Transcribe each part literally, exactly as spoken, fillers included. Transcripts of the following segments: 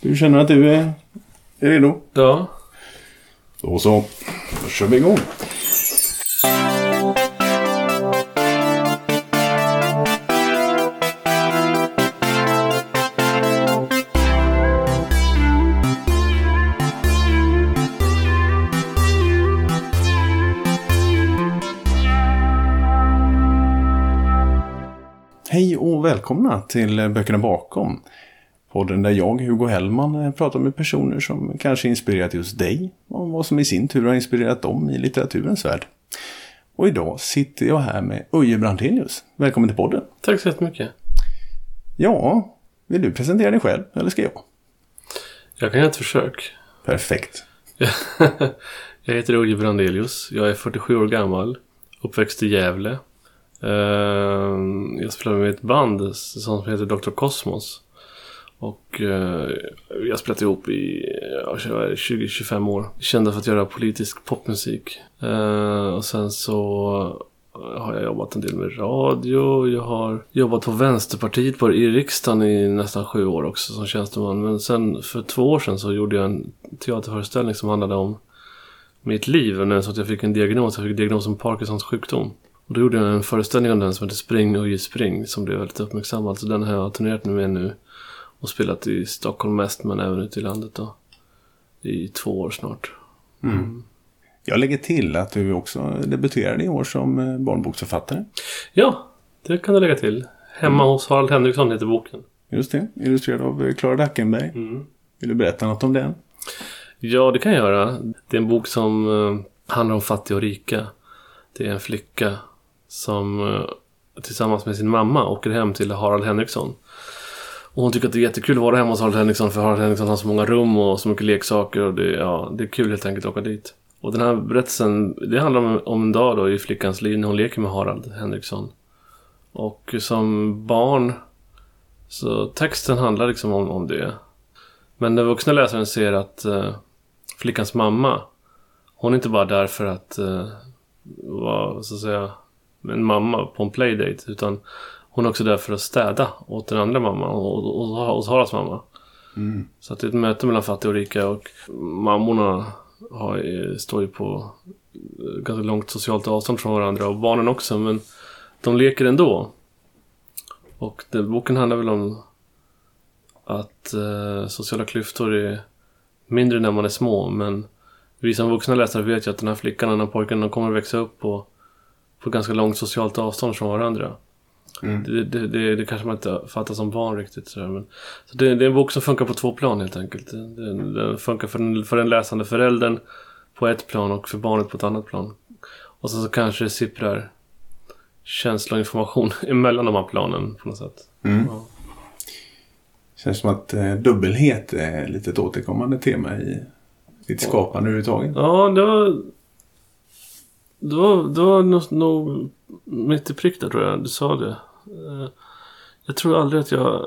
Du känner att du är, är redo? Ja. Då så, då kör vi igång. Hej och välkomna till Böckerna bakom. Podden där jag, Hugo Hellman, pratar med personer som kanske inspirerat just dig och vad som i sin tur har inspirerat dem i litteraturens värld. Och idag sitter jag här med Uje Brandelius. Välkommen till podden. Tack så jättemycket. Ja, vill du presentera dig själv eller ska jag? Jag kan göra ett försök. Perfekt. Jag heter Uje Brandelius. Jag är fyrtiosju år gammal. Uppväxt i Gävle. Jag spelar med ett band som heter doktor Cosmos. Och uh, vi har spelat ihop i ja, tjugo till tjugofem år. Kända för att göra politisk popmusik. Uh, och sen så har jag jobbat en del med radio. Jag har jobbat på Vänsterpartiet på, i riksdagen i nästan sju år också som tjänsteman. Men sen för två år sedan så gjorde jag en teaterföreställning som handlade om mitt liv. När så att jag fick en diagnos. Jag fick diagnos om Parkinsons sjukdom. Och då gjorde jag en föreställning om den som heter Spring och Spring som blev väldigt uppmärksammad. Så den har jag turnerat med nu. Och spelat i Stockholm mest, men även ute i landet då. I två år snart. Mm. Mm. Jag lägger till att du också debuterade i år som barnboksförfattare. Ja, det kan du lägga till. Hemma mm. hos Harald Henriksson heter boken. Just det, illustrerad av Clara Dackenberg. Mm. Vill du berätta något om den? Ja, det kan jag göra. Det är en bok som uh, handlar om fattiga och rika. Det är en flicka som uh, tillsammans med sin mamma åker hem till Harald Henriksson. Och hon tycker att det är jättekul att vara hemma hos Harald Henriksson, för Harald Henriksson har så många rum och så mycket leksaker och det, ja, det är kul helt enkelt att åka dit. Och den här berättelsen, det handlar om, om en dag då i flickans liv när hon leker med Harald Henriksson. Och som barn så texten handlar liksom om, om det. Men den vuxna läsaren ser att uh, flickans mamma, hon är inte bara där för att uh, vara så att säga en mamma på en playdate, utan hon är också där för att städa åt den andra mamma och, och, och Haralds mamma. Mm. Så att det är ett möte mellan fattiga och rika, och mammorna har, står ju på ganska långt socialt avstånd från varandra, och barnen också, men de leker ändå. Och den, boken handlar väl om att eh, sociala klyftor är mindre när man är små, men vi som vuxna läsare vet ju att den här flickan och den här pojken, de kommer att växa upp på, på ganska långt socialt avstånd från varandra. Mm. Det, det, det, det kanske man inte fattar som barn riktigt så, men, så det, det är en bok som funkar på två plan helt enkelt. Den, den funkar för den, för den läsande föräldern på ett plan och för barnet på ett annat plan. Och så, så kanske det sipprar känsla och information emellan de här planen på något sätt. Mm. Ja. Känns som att eh, dubbelhet är lite ett återkommande tema i ditt skapande överhuvudtaget. Ja, det var det var, det var nog, nog mitt i prick där, tror jag. Du sa det. Jag tror aldrig att jag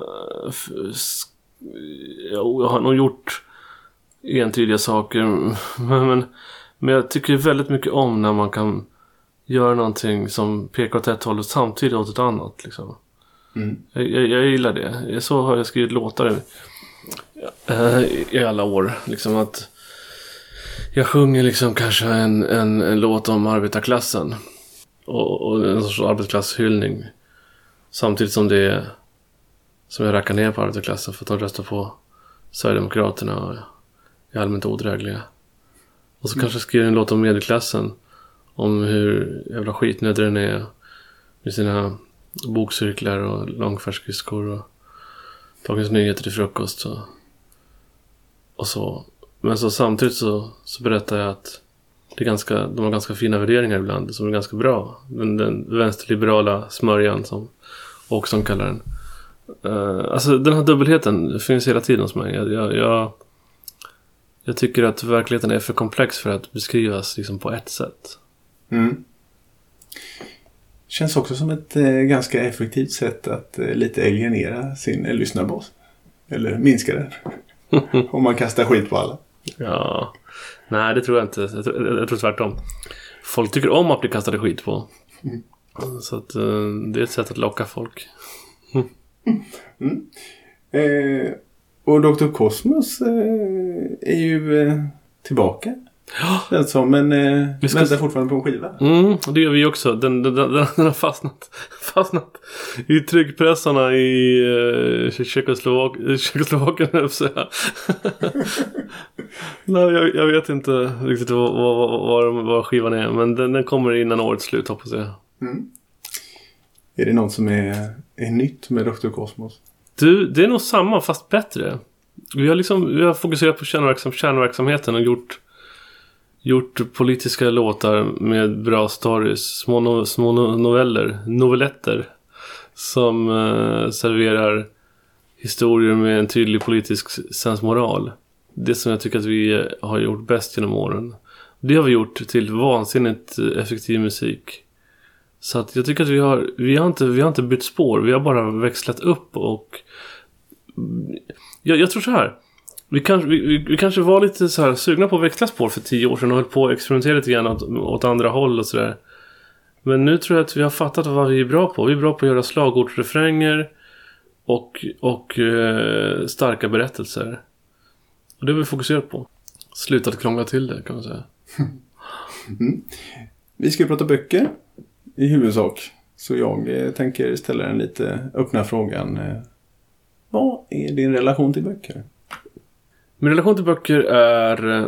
jag har nog gjort entydiga saker, men, men, men jag tycker väldigt mycket om när man kan göra någonting som pekar åt ett håll och samtidigt åt ett annat liksom. Mm. jag, jag, jag gillar det. Så har jag skrivit låtar i, i alla år liksom, att jag sjunger liksom kanske en, en, en låt om arbetarklassen och, och en sorts arbetsklasshyllning, samtidigt som det är som jag rackar ner på arbetarklassen för att de röstar på Sverigedemokraterna och är allmänt odrägliga. Och så mm. kanske skriver en låt om medelklassen, om hur jävla skitnödig den är med sina bokcirklar och långfärdsskridskor och Dagens Nyheter till frukost och, och så. Men så samtidigt så, så berättar jag att det är ganska, de har ganska fina värderingar ibland som är ganska bra. Den, den vänsterliberala smörjan som också kallar den. Uh, alltså den här dubbelheten finns hela tiden hos mig. Jag, jag, jag, jag tycker att verkligheten är för komplex för att beskrivas liksom på ett sätt. Mm. Känns också som ett eh, ganska effektivt sätt att eh, lite alienera sin eh, lyssnarbas. Eller minska den. Om man kastar skit på alla. Ja, nej det tror jag inte. Jag tror, jag tror tvärtom. Folk tycker om att bli kastade skit på. Mm. Så att, uh, det är ett sätt att locka folk. Mm. Mm. Eh, Och doktor Cosmos eh, är ju eh, tillbaka. Ja. Alltså, men eh, vi ska vänta fortfarande på en skiva. Mm, det gör vi också. Den, den, den, den har fastnat, fastnat i tryckpressarna i eh, Tjeckoslovak, Tjeckoslovakien. Nej, jag, jag vet inte riktigt vad, vad, vad, vad skivan är. Men den, den kommer innan årets slut, hoppas jag. Mm. Är det något som är, är nytt med doktor Cosmos? Du, det är nog samma fast bättre. Vi har, liksom, vi har fokuserat på kärnverksam, kärnverksamheten och gjort Gjort politiska låtar med bra stories, små, no, små no, noveller, novelletter som eh, serverar historier med en tydlig politisk sensmoral. Det som jag tycker att vi har gjort bäst genom åren. Det har vi gjort till vansinnigt effektiv musik. Så att jag tycker att vi har, vi har, inte, vi har inte bytt spår, vi har bara växlat upp och jag, jag tror så här. Vi kanske, vi, vi kanske var lite så här sugna på att växla spår för tio år sedan och höll på att experimentera lite grann åt, åt andra håll och sådär. Men nu tror jag att vi har fattat vad vi är bra på. Vi är bra på att göra slagordsrefränger och, och eh, starka berättelser. Och det har vi fokuserat på. Slutat krångla till det, kan man säga. Mm. Vi ska prata böcker i huvudsak. Så jag eh, tänker ställa den lite öppna frågan. Eh, vad är din relation till böcker? Min relation till böcker är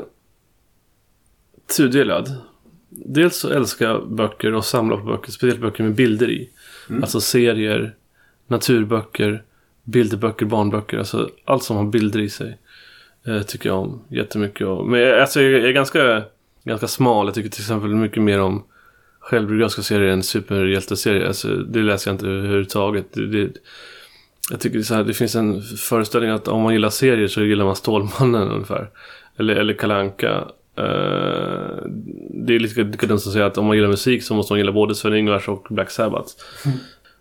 tudelad. Dels så älskar jag böcker och samlar på böcker, speciellt böcker med bilder i. Mm. Alltså serier, naturböcker, bilderböcker, barnböcker. Alltså allt som har bilder i sig eh, tycker jag om jättemycket. Om. Men alltså, jag är ganska, ganska smal. Jag tycker till exempel mycket mer om självbiografiska serier än superhjälteserie. Alltså, det läser jag inte överhuvudtaget. Det, det, jag tycker så här, det finns en föreställning att om man gillar serier så gillar man Stålmannen ungefär. Eller, eller Kalle Anka. Uh, det är lite likadant som att säga att om man gillar musik så måste man gilla både Sven-Ingvars och Black Sabbath. Mm.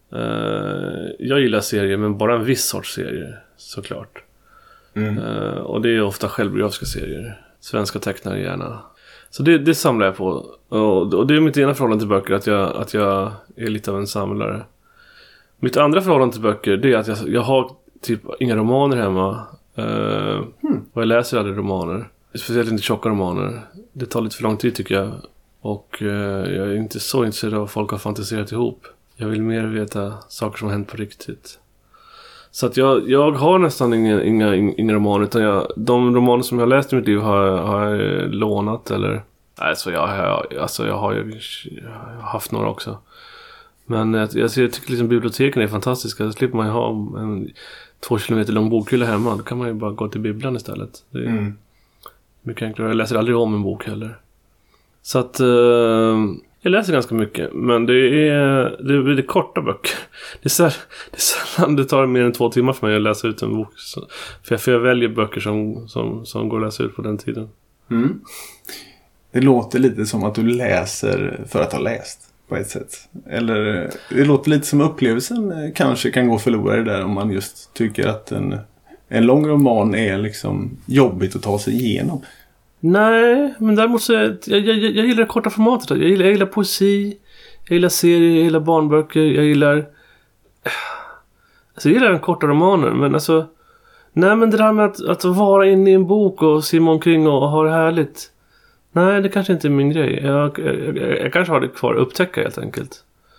Uh, jag gillar serier, men bara en viss sorts serier, såklart. Mm. Uh, och det är ofta självbiografiska serier. Svenska tecknare gärna. Så det, det samlar jag på. Och, och det är mitt ena förhållande till böcker, att jag, att jag är lite av en samlare. Mitt andra förhållande till böcker, det är att jag, jag har typ inga romaner hemma. Uh, mm. Och jag läser aldrig romaner. Speciellt inte tjocka romaner. Det tar lite för lång tid tycker jag. Och uh, jag är inte så intresserad av vad folk har fantiserat ihop. Jag vill mer veta saker som har hänt på riktigt. Så att jag, jag har nästan inga, inga, inga romaner. Utan jag, de romaner som jag har läst i mitt liv har, har jag lånat. Eller, nej, så jag, jag, alltså jag har ju haft några också. Men jag, jag tycker liksom biblioteken är fantastiska. Då slipper man ju ha en två kilometer lång bokhylla hemma. Då kan man ju bara gå till bibblan istället. Det är mm. mycket enklare. Jag läser aldrig om en bok heller. Så att uh, jag läser ganska mycket. Men det är, det är, det är korta böcker. Det är, så här, det är sällan det tar mer än två timmar för mig att läsa ut en bok. Så, för, jag, för jag väljer böcker som, som, som går att läsa ut på den tiden. Mm. Det låter lite som att du läser för att ha läst. På ett sätt. Eller det låter lite som upplevelsen kanske kan gå förlorad där om man just tycker att en, en lång roman är liksom jobbigt att ta sig igenom. Nej, men däremot så jag, jag, jag, jag gillar det korta formatet. Jag gillar, jag gillar poesi, jag gillar serier, jag gillar barnböcker, jag gillar alltså jag gillar den korta romaner, men alltså nej, men det där med att, att vara inne i en bok och simma omkring och ha det härligt. Nej, det kanske inte är min grej. Jag, jag, jag, jag kanske har det kvar att upptäcka helt enkelt.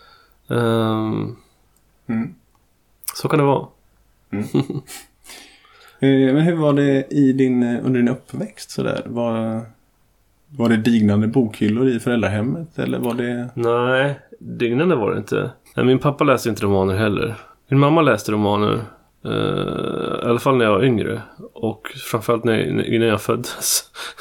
Um, mm. Så kan det vara. Mm. Men hur var det i din, under din uppväxt? Sådär? Var, var det dignande bokhyllor i föräldrahemmet? Eller var det... Nej, dignande var det inte. Min pappa läste inte romaner heller. Min mamma läste romaner. Uh, I alla fall när jag var yngre. Och framförallt när, innan jag föddes.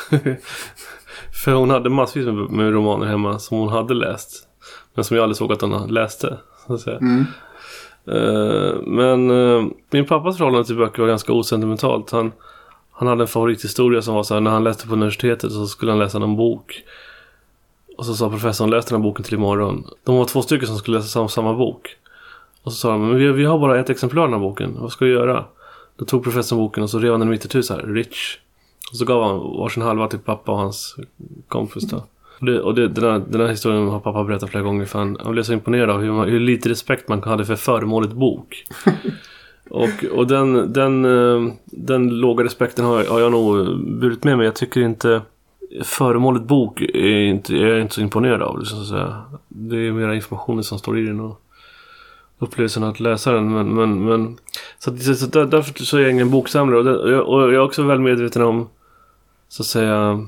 För hon hade massvis med, med romaner hemma som hon hade läst. Men som jag aldrig såg att hon läste. Så att säga. Mm. Uh, men uh, min pappas förhållande till böcker var ganska osentimentalt. Han, han hade en favorithistoria som var så här: när han läste på universitetet så skulle han läsa en bok. Och så sa professorn, läs den här boken till imorgon. De var två stycken som skulle läsa samma, samma bok. Och så sa de, men vi, vi har bara ett exemplar av den här boken. Vad ska vi göra? Då tog professorn boken och så rev han den mitt i så här, rich. Och så gav han varsin halva till pappa och hans kompis då. Och, det, och det, den, här, den här historien har pappa berättat flera gånger. För han, han blev så imponerad av hur, man, hur lite respekt man hade för föremålet bok. Och, och den, den, den låga respekten har, har jag nog burit med mig. Jag tycker inte föremålet bok är inte, jag är inte så imponerad av det, så att säga. Det är mera informationen som står i den och upplevelsen att läsa den. Men, men, men, så, så, så där, därför så är jag ingen boksamlare. Och, det, och, jag, och jag är också väl medveten om, så att säga,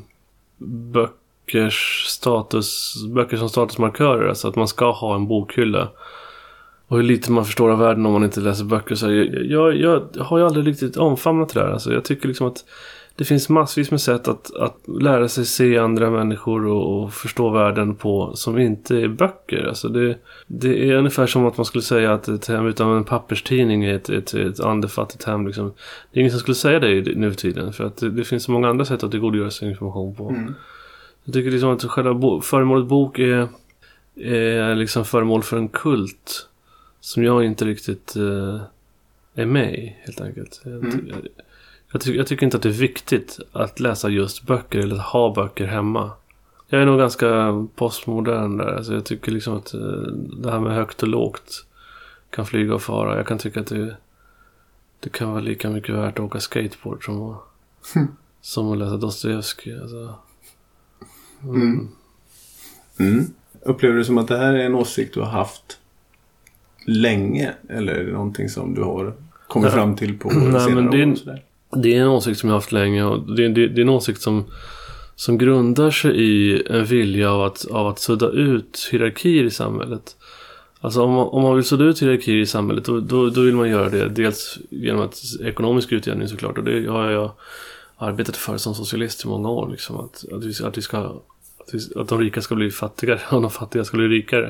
böckers status, böcker som statusmarkörer. Alltså att man ska ha en bokhylla. Och hur lite man förstår av världen om man inte läser böcker. Så jag, jag, jag har ju aldrig riktigt omfamnat det där. Alltså jag tycker liksom att det finns massvis med sätt att, att lära sig se andra människor och, och förstå världen på som inte är böcker. Alltså det, det är ungefär som att man skulle säga att ett hem utan en papperstidning är ett, ett, ett andefattigt hem. Liksom. Det är ingen som skulle säga det nu för tiden. För att det, det finns så många andra sätt att tillgodogöra sig information på. Mm. Jag tycker liksom att själva bo, föremålet bok är, är liksom föremål för en kult som jag inte riktigt uh, är med i, helt enkelt. Jag, mm. jag, jag, ty- jag tycker inte att det är viktigt att läsa just böcker eller att ha böcker hemma. Jag är nog ganska postmodern där. Alltså jag tycker liksom att uh, det här med högt och lågt kan flyga och fara. Jag kan tycka att det, det kan vara lika mycket värt att åka skateboard som att, mm. som att läsa Dostojevskij. Alltså. Mm. Mm. Mm. Upplever du som att det här är en åsikt du har haft länge, eller är det någonting som du har kommit fram till på Nej, senare men det, är, år? Och sådär? Det är en åsikt som jag har haft länge, och det, det, det är en åsikt som, som grundar sig i en vilja av att, av att sudda ut hierarkier i samhället. Alltså om man, om man vill sudda ut hierarkier i samhället, då, då, då vill man göra det dels genom att ekonomisk utjämning, såklart, och det har jag arbetat för som socialist i många år, liksom, att, att, vi, att, vi ska, att, vi, att de rika ska bli fattigare och de fattiga ska bli rikare.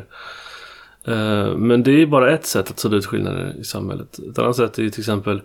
Men det är bara ett sätt att sudda ut skillnader i samhället. Ett annat sätt är till exempel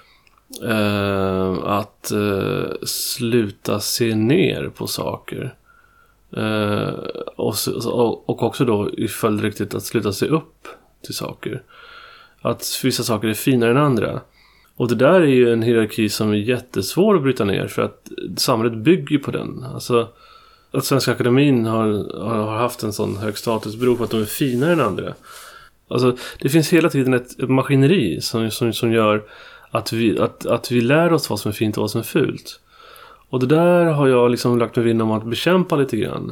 uh, att uh, sluta se ner på saker. Uh, och, och också då i följdriktigt att sluta se upp till saker. Att vissa saker är finare än andra. Och det där är ju en hierarki som är jättesvår att bryta ner, för att samhället bygger på den. Alltså att Svenska Akademin har, har haft en sån hög status beror på att de är finare än andra. Alltså, det finns hela tiden ett, ett maskineri som, som, som gör att vi, att, att vi lär oss vad som är fint och vad som är fult. Och det där har jag liksom lagt mig vinn om att bekämpa lite grann.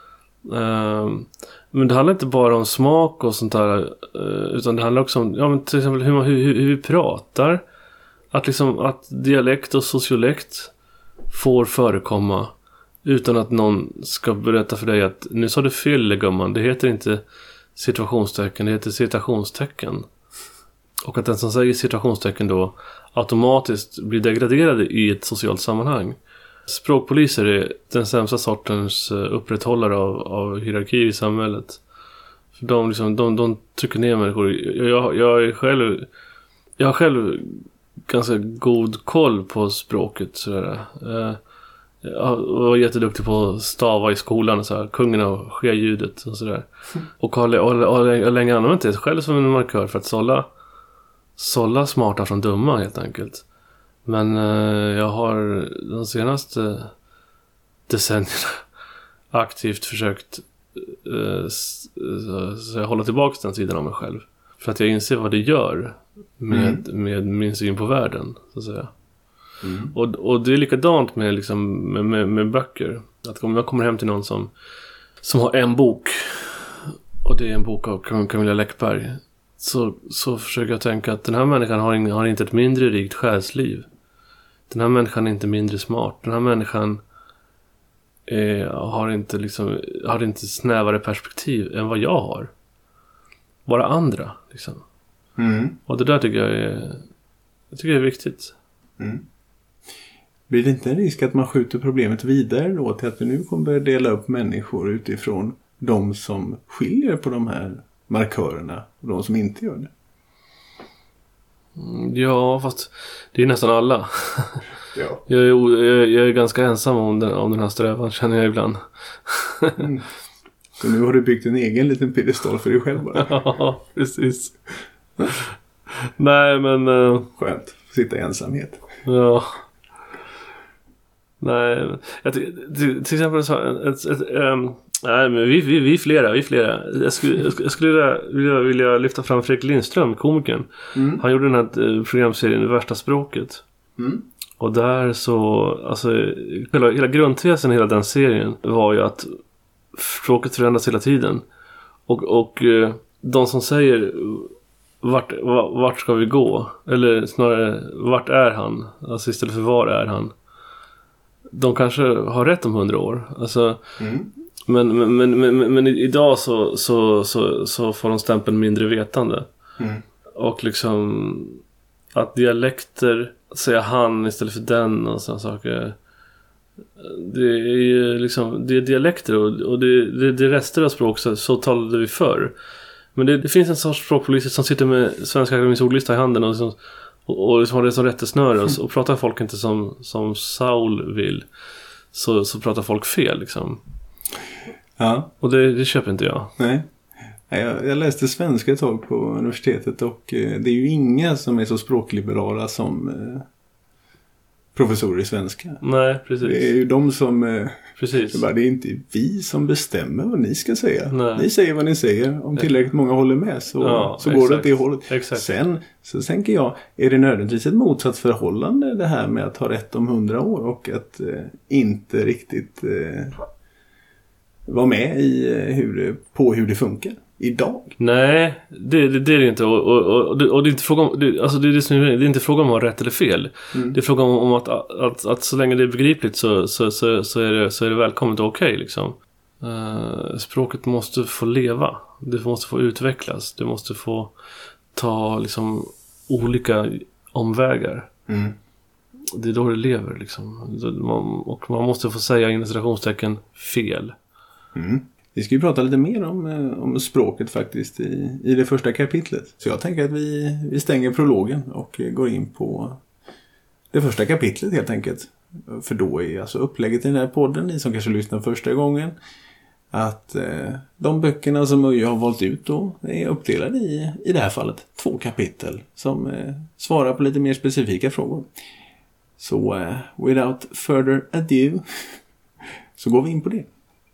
Uh, men det handlar inte bara om smak och sånt där, uh, utan det handlar också om, ja, men till exempel hur, man, hur, hur, hur vi pratar. Att, liksom, att dialekt och sociolekt får förekomma utan att någon ska berätta för dig att nu sa du fel, gumman. Det heter inte situationstecken, det heter citationstecken. Och att den som säger situationstecken då automatiskt blir degraderad i ett socialt sammanhang. Språkpoliser är den sämsta sortens upprätthållare av, av hierarkier i samhället. För de, liksom, de, de trycker ner människor. Jag, jag, är själv, jag har själv ganska god koll på språket. Sådär. Jag var jätteduktig på att stava i skolan och så här, kungen och ske-ljudet och sådär. Och har, och, och, och länge använt det själv som en markör för att sålla, sålla smarta från dumma, helt enkelt. Men eh, jag har de senaste decennierna aktivt försökt eh, så, så jag håller tillbaka den sidan av mig själv. För att jag inser vad det gör med, mm. med min syn på världen, så att säga. Mm. Och, och det är likadant med, liksom, med, med, med böcker. Att om jag kommer hem till någon som, som har en bok, och det är en bok av Camilla Läckberg, så, så försöker jag tänka att den här människan har, in, har inte ett mindre rikt själsliv. Den här människan är inte mindre smart. Den här människan är, har, inte liksom, har inte snävare perspektiv än vad jag har. Bara andra, liksom. Mm. Och det där tycker jag är, jag tycker det är viktigt. Mm. Blir det inte en risk att man skjuter problemet vidare då till att vi nu kommer börja dela upp människor utifrån de som skiljer på de här markörerna och de som inte gör det? Ja, fast det är nästan alla. Ja. Jag, är, jag, jag är ganska ensam om den, om den här strävan, känner jag ibland. Mm. Så nu har du byggt en egen liten piedestal för dig själv bara. Ja, precis. Nej, men... Uh... Skönt, sitta i ensamhet. Ja. Nej, jag ty- till, till exempel så, ett, ett, um, Nej, men vi, vi, vi är flera, vi är flera. Jag skulle, jag skulle, jag skulle vilja, vilja lyfta fram Fredrik Lindström, komikern. Mm. Han gjorde den här programserien Det värsta språket. Mm. Och där så, alltså hela, hela grundtesen i hela den serien var ju att språket förändras hela tiden. Och, och de som säger vart, vart ska vi gå? Eller snarare, vart är han? Alltså istället för var är han? De kanske har rätt om hundra år. Alltså, mm. men, men, men, men, men idag så, så, så, så får de stämpeln mindre vetande. Mm. Och liksom att dialekter, säga han istället för den och sådana saker. Det är ju liksom, det är dialekter och, och det, det, det är rester av språk, så, så talade vi förr. Men det, det finns en sorts språkpoliser som sitter med Svenska Akademiens ordlista i handen och, liksom, och, och liksom har det som rättesnöre och, och pratar folk inte som, som Saul vill, så, så pratar folk fel liksom. Ja. Och det, det köper inte jag. Nej. Jag, jag läste svenska ett tag på universitetet och eh, det är ju inga som är så språkliberala som eh, professorer i svenska. Nej, precis. Det är ju de som... Eh, precis. Det, bara, det är inte vi som bestämmer vad ni ska säga. Nej. Ni säger vad ni säger. Om tillräckligt många håller med så, ja, så går det åt det hållet. Exakt. Sen så tänker jag, är det nödvändigtvis ett motsatsförhållande det här med att ha rätt om hundra år och att eh, inte riktigt eh, vara med i eh, hur det, på hur det funkar idag? Nej, det, det, det är det inte. Och, och, och, och det är inte fråga om, det, alltså det, är det, som, det är inte fråga om att ha rätt eller fel. Mm. Det är fråga om, om att, att, att, att så länge det är begripligt så, så, så, så, är, det, så är det välkommet och okej. Okay, liksom. uh, språket måste få leva. Det måste få utvecklas. Det måste få ta liksom, olika omvägar. Mm. Det är då det lever. Liksom. Man, och man måste få säga inom citationstecken fel. Mm. Vi ska ju prata lite mer om, om språket faktiskt i, i det första kapitlet. Så jag tänker att vi, vi stänger prologen och går in på det första kapitlet helt enkelt. För då är alltså upplägget i den här podden, ni som kanske lyssnar första gången, att eh, de böckerna som Öje har valt ut då är uppdelade i, i det här fallet, två kapitel som eh, svarar på lite mer specifika frågor. Så eh, without further ado så går vi in på det.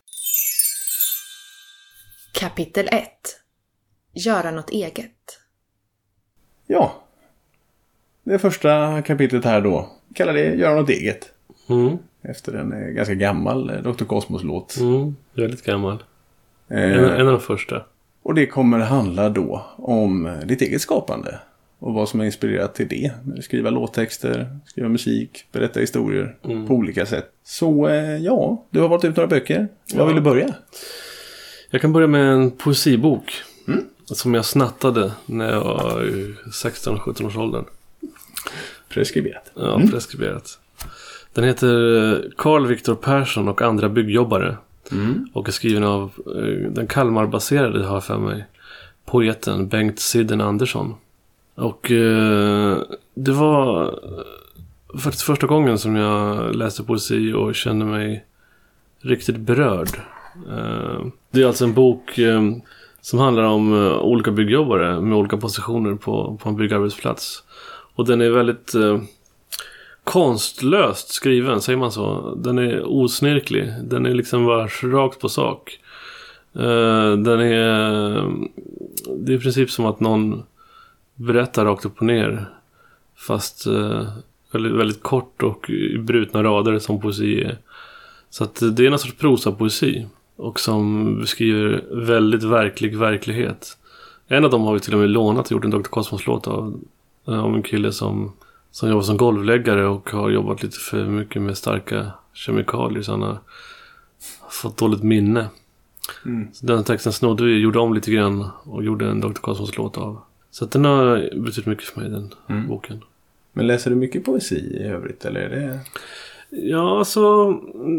Kapitel ett. Göra något eget. Ja. Det första kapitlet här då kallar det Göra något eget. Mm. Efter en ganska gammal doktor Cosmos-låt. Mm, väldigt gammal. Eh, en, en av de första. Och det kommer handla då om ditt eget skapande. Och vad som är inspirerat till det. Skriva låttexter, skriva musik, berätta historier mm. på olika sätt. Så eh, ja, du har valt ut några böcker. Ja. Vad vill du börja? Jag kan börja med en poesibok mm. som jag snattade när jag var i sexton sjutton års åldern. Preskriberat. Ja, mm. preskriberat. Den heter Carl Victor Persson och andra byggjobbare. Mm. Och är skriven av den Kalmar-baserade, har för mig, poeten Bengt Sidden Andersson. Och eh, det var faktiskt första gången som jag läste poesi och kände mig riktigt berörd. Det är alltså en bok som handlar om olika byggjobbare med olika positioner på, på en byggarbetsplats. Och den är väldigt eh, konstlöst skriven, säger man så. Den är osnirklig. Den är liksom bara rakt på sak. Eh, den är det är i princip som att någon berättar rakt upp och ner. Fast eh, väldigt, väldigt kort och i brutna rader som poesi är. Så att det är en sorts prosa-poesi. Och som beskriver väldigt verklig verklighet. En av dem har vi till och med lånat och gjort en doktor Cosmos-låt av, av en kille som, som jobbar som golvläggare och har jobbat lite för mycket med starka kemikalier, så han har fått dåligt minne. Mm. Så den texten snodde vi, gjorde om lite grann och gjorde en doktor Cosmos-låt av. Så att den har betytt mycket för mig, den mm. boken. Men läser du mycket poesi i övrigt, eller är det... Ja, alltså...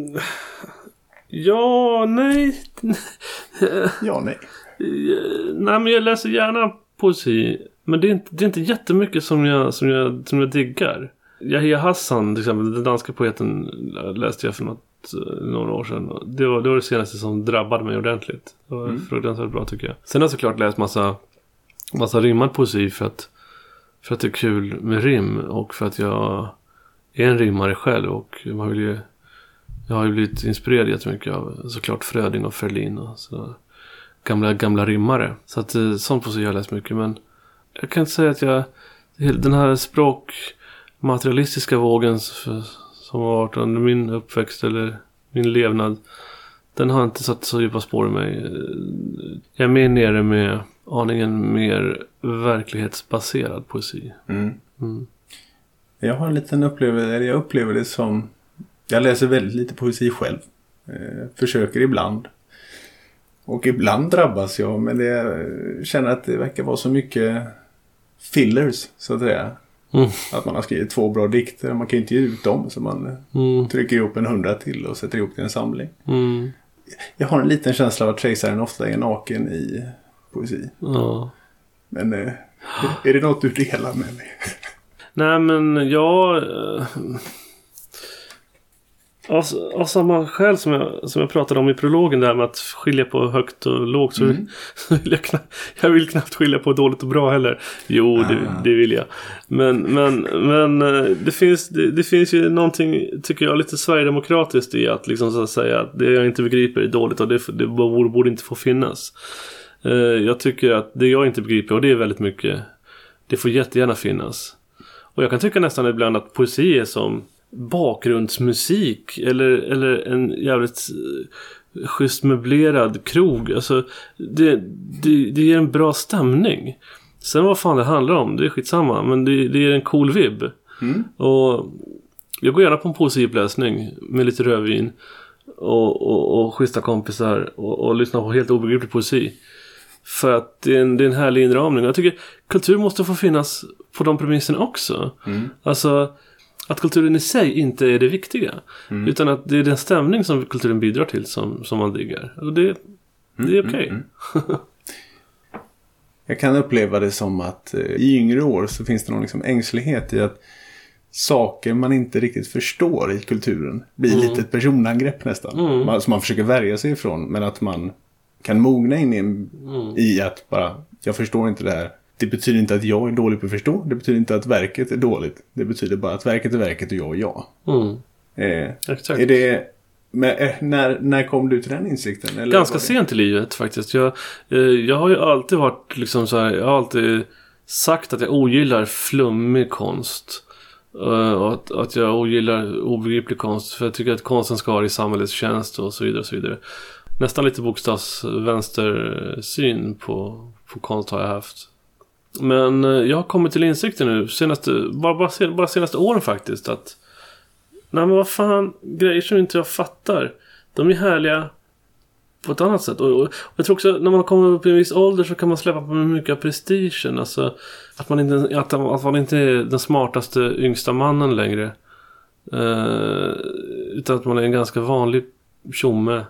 Ja, nej. ja, nej. Nej, men jag läser gärna poesi. Men det är inte, det är inte jättemycket som jag, som jag, som jag diggar. Yahya Hassan, till exempel, den danska poeten, läste jag för något, några år sedan. Det var, det var det senaste som drabbade mig ordentligt. Det var mm. fruktansvärt bra, tycker jag. Sen har jag såklart läst massa, massa rimmad poesi för att, för att det är kul med rim. Och för att jag är en rimmare själv och man vill ju jag har ju blivit inspirerad jättemycket av såklart Fröding och Ferlin och så gamla, gamla rimmare. Så att sånt poesi har jag läst mycket. Men jag kan inte säga att jag... Den här språkmaterialistiska vågen som har varit under min uppväxt eller min levnad, den har inte satt så djupa spår i mig. Jag är mer nere med aningen mer verklighetsbaserad poesi. Mm. Mm. Jag har en liten upplevelse, eller jag upplever det som... Jag läser väldigt lite poesi själv. Eh, försöker ibland. Och ibland drabbas jag, men det, jag känner att det verkar vara så mycket fillers, så att säga. Mm. Att man har skrivit två bra dikter, man kan inte ge ut dem, så man Mm. trycker ihop en hundra till och sätter ihop till en samling. Mm. Jag har en liten känsla av att kejsaren ofta är naken i poesi. Ja. Men eh, är det något du delar med mig? Nej, men jag... Av, av samma skäl som jag, som jag pratade om i prologen där med att skilja på högt och lågt, så Mm. vill jag, knappt, jag vill knappt skilja på dåligt och bra heller. Jo, Ah. det, det vill jag. Men, men, men det, finns, det, det finns ju någonting, tycker jag, lite sverigedemokratiskt i att, liksom, så att säga att det jag inte begriper är dåligt och det, det borde, borde inte få finnas. Uh, jag tycker att det jag inte begriper, och det är väldigt mycket, det får jättegärna finnas. Och jag kan tycka nästan ibland att poesi är som bakgrundsmusik eller, eller en jävligt uh, schysst möblerad krog. Alltså, det, det, det ger en bra stämning. Sen vad fan det handlar om, det är skitsamma, men det, det ger en cool vibb. Mm. Och jag går gärna på en poesiuppläsning med lite rödvin och, och, och schyssta kompisar och, och lyssna på helt obegriplig poesi. För att det är, en, det är en härlig inramning. Jag tycker kultur måste få finnas på de premisserna också. Mm. Alltså att kulturen i sig inte är det viktiga. Mm. Utan att det är den stämning som kulturen bidrar till som, som man diggar. Och det, det är okej. Okay. Mm, mm. Jag kan uppleva det som att eh, i yngre år så finns det någon liksom ängslighet i att saker man inte riktigt förstår i kulturen blir mm. lite ett personangrepp nästan. Mm. Man, som man försöker värja sig ifrån. Men att man kan mogna in i, en, mm. i att bara, jag förstår inte det här. Det betyder inte att jag är dålig på att förstå. Det betyder inte att verket är dåligt. Det betyder bara att verket är verket och jag är jag. Mm. Eh, Exakt. Är det, men, eh, när, när kom du till den insikten? Eller ganska sent i livet faktiskt. Jag, eh, jag har ju alltid varit liksom så här, jag har alltid sagt att jag ogillar flummig konst. Uh, och att, att jag ogillar obegriplig konst. För jag tycker att konsten ska vara i samhällets tjänst och så vidare och så vidare. Nästan lite bokstavsvänstersyn på, på konst har jag haft. Men uh, jag har kommit till insikten nu senaste, bara, bara, sen, bara senaste åren faktiskt att nej men vad fan, grejer som inte jag fattar, de är härliga på ett annat sätt. Och, och, och jag tror också när man kommer upp i en viss ålder så kan man släppa på mycket av prestigen. Alltså att man inte, att, att man inte är den smartaste yngsta mannen längre. Uh, utan att man är en ganska vanlig tjomme.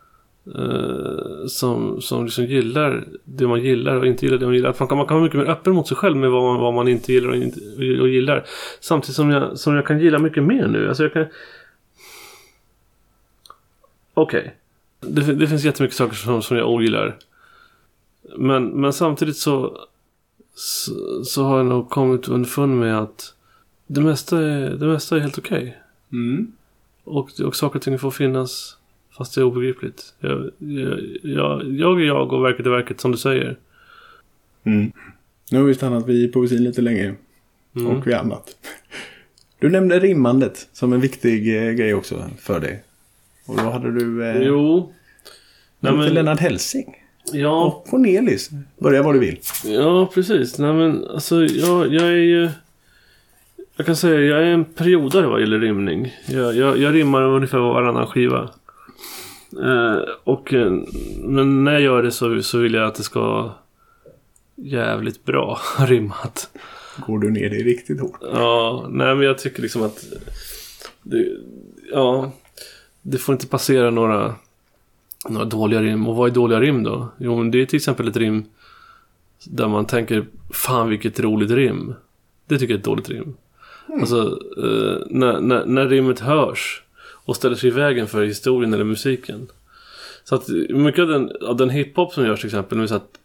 Uh, som, som liksom gillar det man gillar och inte gillar det man gillar. Att man kan, man kan vara mycket mer öppen mot sig själv med vad man, vad man inte gillar och, inte, och gillar. Samtidigt som jag, som jag kan gilla mycket mer nu. Alltså jag kan... Okej. Okay. Det, det finns jättemycket saker som, som jag ogillar. Men, men samtidigt så, så så har jag nog kommit underfund med att det mesta är, det mesta är helt okej. Okay. Mm. Och, och saker och ting får finnas fast det är obegripligt. Jag, jag, jag, jag är jag och verket är verket som du säger. Mm. Nu har vi stannat vid poesin lite länge. Mm. Och vid annat. Du nämnde rimmandet som en viktig eh, grej också för dig. Och då hade du... Eh, jo. Nej, men, Lennart Hellsing. Ja. Och Cornelis. Börja vad du vill. Ja, precis. Nej, men alltså jag, jag är ju... Jag kan säga jag är en periodare vad gäller rimning. Jag, jag, jag rimmar ungefär varannan skiva. Eh, och, men när jag gör det så, så vill jag att det ska jävligt bra rimmat. Går du ner det riktigt hårt? Ja, nej men jag tycker liksom att det, ja, det får inte passera några några dåliga rim. Och vad är dåliga rim då? Jo, men det är till exempel ett rim där man tänker, fan vilket roligt rim. Det tycker jag är ett dåligt rim. Mm. Alltså, eh, när, när, när rimmet hörs och ställer sig i vägen för historien eller musiken. Så att mycket av den, av den hiphop som görs till exempel, med så att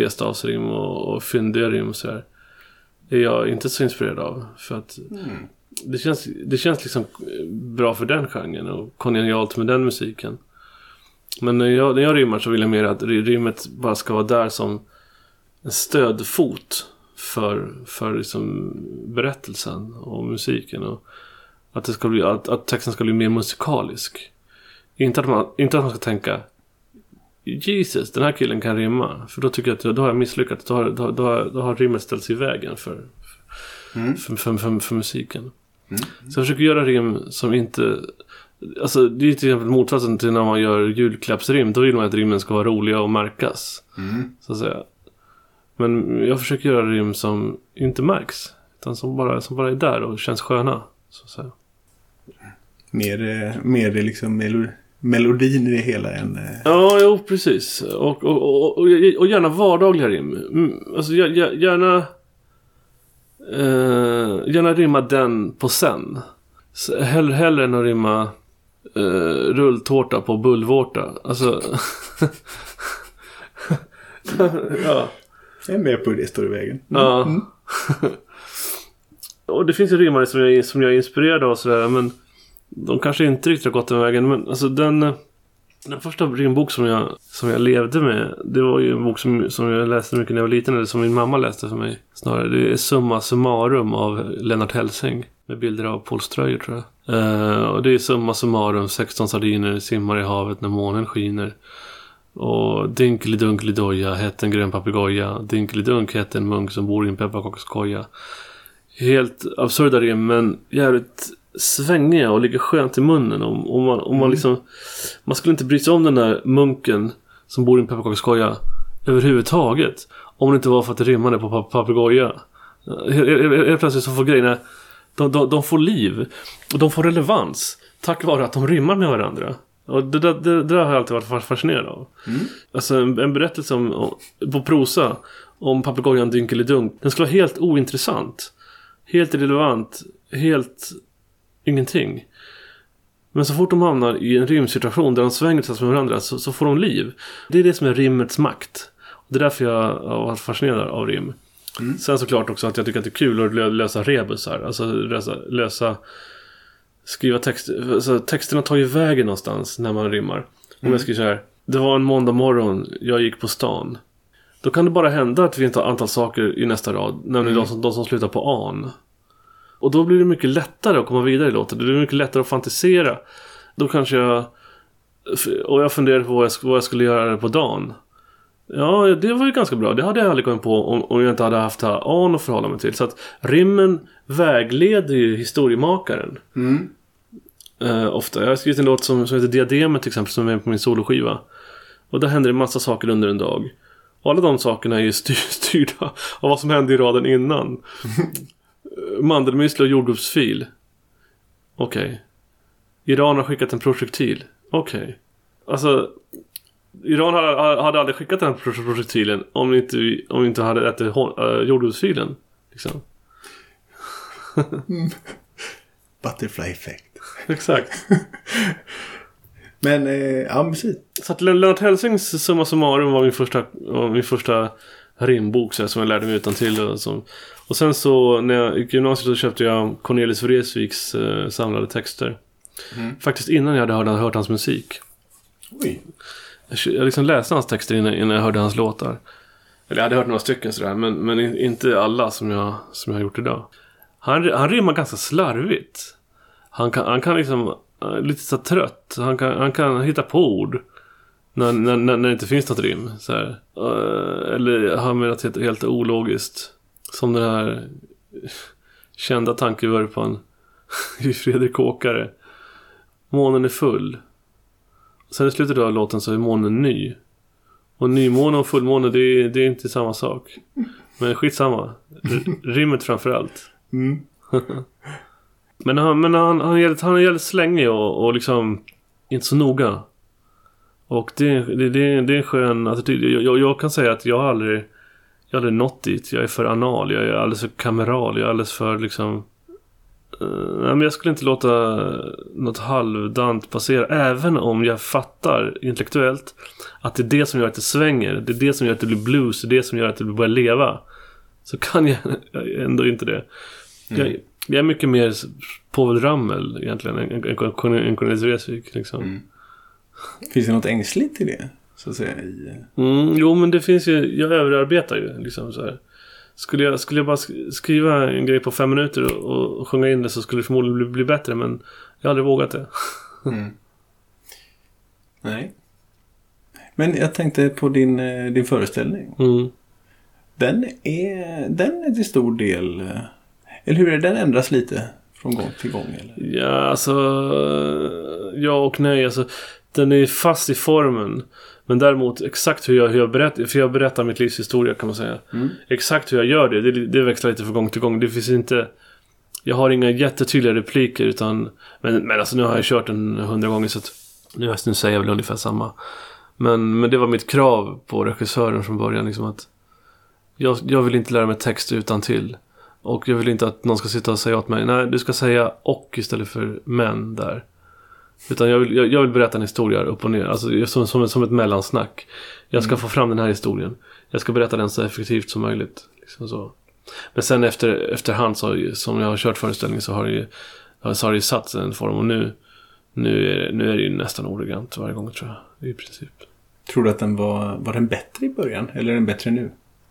trestavsrim och, och fyndiga rim och så här, är jag inte så inspirerad av. För att mm. det känns, det känns liksom bra för den genren och kongenialt med den musiken. Men när jag, när jag rimmar så vill jag mer att rimmet bara ska vara där som en stödfot för, för liksom berättelsen och musiken, och att, det ska bli, att, att texten ska bli mer musikalisk. Inte att man, inte att man ska tänka Jesus, den här killen kan rimma, för då tycker jag att då har jag misslyckats. Då har, då, då, då har rimmet ställts i vägen för, mm. för, för, för, för musiken. Mm. Så jag försöker göra rim som inte... Alltså det är till exempel motsatsen till när man gör julklappsrim. Då vill man att rimmen ska vara roliga och märkas, mm. så att säga. Men jag försöker göra rim som inte märks, utan som bara, som bara är där och känns sköna, så att säga. Mer, mer det liksom melo- melodin i det hela än... Ja, jo, precis. Och, och, och, och, och gärna vardagliga rim. Alltså gärna eh, gärna rimma den på sen. Hellre, hellre än att rimma eh, rulltårta på bullvårta. Alltså... ja. Jag är med på det, står i vägen. Mm. Ja. Mm. Och det finns ju rimmare som jag, som jag är inspirerad av och sådär, men de kanske inte riktigt har gått den vägen. Men alltså den, den första rimbok som jag, som jag levde med, det var ju en bok som, som jag läste mycket när jag var liten, eller som min mamma läste för mig snarare. Det är Summa Summarum av Lennart Hellsing, med bilder av Paul Ströyer, tror jag. Uh, och det är Summa Summarum, sexton sardiner simmar i havet när månen skiner. Och Dinkelidunkelidoja hette en grön papegoja. Dinkelidunk hette en munk som bor i en pepparkakskoja. Helt absurda rim, men jävligt svängiga och ligger skönt i munnen. Om, om, man, om man liksom... Man skulle inte bry sig om den där munken som bor i en pepparkakskoja överhuvudtaget, om det inte var för att det rimmade på papegoja. Helt plötsligt så får grejerna... De, de, de får liv. Och de får relevans tack vare att de rimmar med varandra. Och det, det, det, det har jag alltid varit fascinerad av. Mm. Alltså en, en berättelse om, på prosa om papegojan Dinkelidunk, den skulle vara helt ointressant, helt irrelevant, helt ingenting. Men så fort de hamnar i en rimsituation där de svänger sig med varandra, så, så får de liv. Det är det som är rimmets makt. Och det är därför jag har varit fascinerad av rim. Mm. Sen såklart också att jag tycker att det är kul att lösa rebusar. Alltså lösa... lösa skriva text, alltså texterna tar ju vägen någonstans när man rimmar. Om mm. jag skriver så här: det var en måndag morgon, jag gick på stan. Då kan det bara hända att vi inte har antal saker i nästa rad, nämligen mm. de, som, de som slutar på an. Och då blir det mycket lättare att komma vidare i låten. Det blir mycket lättare att fantisera. Då kanske jag... Och jag funderade på vad jag, vad jag skulle göra på dagen. Ja, det var ju ganska bra. Det hade jag aldrig kommit på om, om jag inte hade haft an att förhålla mig till. Så att rimmen vägleder ju historiemakaren. Mm. Uh, ofta. Jag har skrivit en låt som, som heter Diademet till exempel, som är på min soloskiva. Och där händer det en massa saker under en dag. Och alla de sakerna är ju styr, styrda av vad som hände i raden innan. Mandelmüsli och jordgubbsfil. Okej. Okay. Iran har skickat en projektil. Okej. Okay. Alltså... Iran hade, hade aldrig skickat den här projektilen om vi inte, om vi inte hade ätit uh, jordgubbsfilen. Liksom. mm. Butterfly effect. Exakt. Men, eh, ja, precis. Så att Lennart Hellsings Summa Summarum var min första, var min första rimbok så här, som jag lärde mig utan till. Och, som, och sen så när jag gick i gymnasiet så köpte jag Cornelis Vreeswijks eh, samlade texter. Mm. Faktiskt innan jag hade hört, hört hans musik. Oj. Jag, jag liksom läste hans texter innan, innan jag hörde hans låtar. Eller jag hade hört några stycken sådär, men, men inte alla som jag, som jag har gjort idag. Han, han rimmar ganska slarvigt. Han kan, han kan liksom lite så trött. Han kan, han kan hitta på ord när, när, när det inte finns något rim så här. Eller han menar helt, helt ologiskt. Som den här kända tankevurpan i Fredrik Åkare. Månen är full. Sen i slutet av låten så är månen ny. Och nymåne och fullmåne, det är, det är inte samma sak. Men skitsamma. R- rimmet framförallt. Mm. Men han, men han, han, är jävligt, han är jävligt slängig och, och liksom inte så noga. Och det, det, det, det är en skön attityd. Jag, jag, jag kan säga att jag har aldrig, jag har aldrig nått dit. Jag är för anal, jag är alldeles för kameral. Jag är alldeles för liksom... Uh, nej, men jag skulle inte låta något halvdant passera. Även om jag fattar intellektuellt att det är det som gör att det svänger. Det är det som gör att det blir blues. Det är det som gör att det börjar leva. Så kan jag ändå inte det. Mm. Jag, Jag är mycket mer Povel Ramel egentligen än, än, än Cornelis Vreeswijk liksom. Mm. Finns det något ängsligt i det? Så att säga, i... mm, jo, men det finns ju, jag överarbetar ju liksom så här. Skulle jag, skulle jag bara skriva en grej på fem minuter och, och sjunga in det, så skulle det förmodligen bli, bli bättre, men jag har aldrig vågat det. Mm. Nej. Men jag tänkte på din, din föreställning. Mm. Den är, den är till stor del, eller hur är det, den ändras lite från gång till gång? Eller? Ja, alltså ja och nej, alltså den är fast i formen, men däremot exakt hur jag, hur jag berättar, för jag berättar mitt livs historia kan man säga. Mm. Exakt hur jag gör det, det, det växlar lite från gång till gång. Det finns inte, jag har inga jättetydliga repliker, utan, men, men alltså nu har jag kört en hundra gånger, så att nu, nu säger jag väl ungefär samma. Men, men det var mitt krav på regissören från början, liksom att jag, jag vill inte lära mig text utan till. Och jag vill inte att någon ska sitta och säga åt mig, nej, du ska säga och istället för men där. Utan jag vill, jag, jag vill berätta en historia upp och ner, alltså som, som, som ett mellansnack. Jag ska mm. få fram den här historien. Jag ska berätta den så effektivt som möjligt, liksom så. Men sen efter, efterhand så, som jag har kört föreställningen, så har det ju, så har det ju satt en form. Och nu, nu, är, nu är det ju nästan ordagrant varje gång, tror jag, i princip. Tror du att den var, var den bättre i början? Eller är den bättre nu?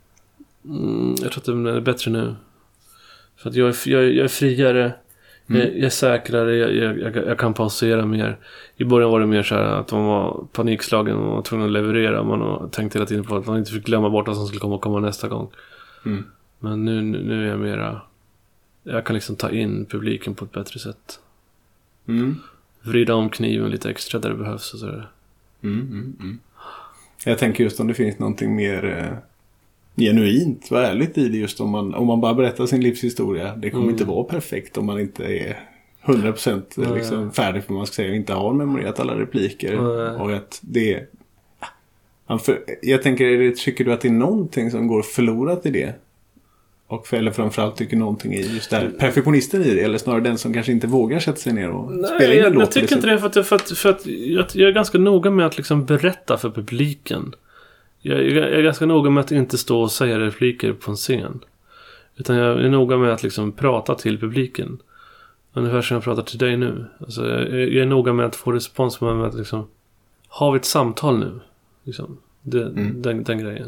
Mm, jag tror att den är bättre nu. För att jag är, jag, jag är friare, mm. jag, jag är säkrare, jag, jag, jag, jag kan pausera mer. I början var det mer så här att man var panikslagen och var tvungen att leverera. Man tänkte hela tiden på att man inte fick glömma bort vad som skulle komma, komma nästa gång. Mm. Men nu, nu är jag mera, jag kan liksom ta in publiken på ett bättre sätt. Mm. Vrida om kniven lite extra där det behövs och sådär. Mm, mm, mm. Jag tänker just om det finns någonting mer eh, genuint och ärligt i det, just om man, om man bara berättar sin livshistoria. Det kommer mm. inte vara perfekt om man inte är hundra procent mm. liksom färdig, för man ska säga, inte har memorerat alla repliker. Mm. Och att det är, för, jag tänker, är det, tycker du att det är någonting som går förlorat i det? Och för, eller framförallt tycker någonting i just där perfektionisten i det, eller snarare den som kanske inte vågar sätta sig ner och Nej, spela in jag, en låt. Jag tycker inte det, för att, för att, för att jag, jag är ganska noga med att liksom berätta för publiken. Jag, jag, jag är ganska noga med att inte stå och säga repliker på en scen. Utan jag är noga med att liksom prata till publiken. Ungefär som jag pratar till dig nu. Alltså, jag, jag är noga med att få respons med att liksom, har vi ett samtal nu? Liksom, det, mm. den, den grejen.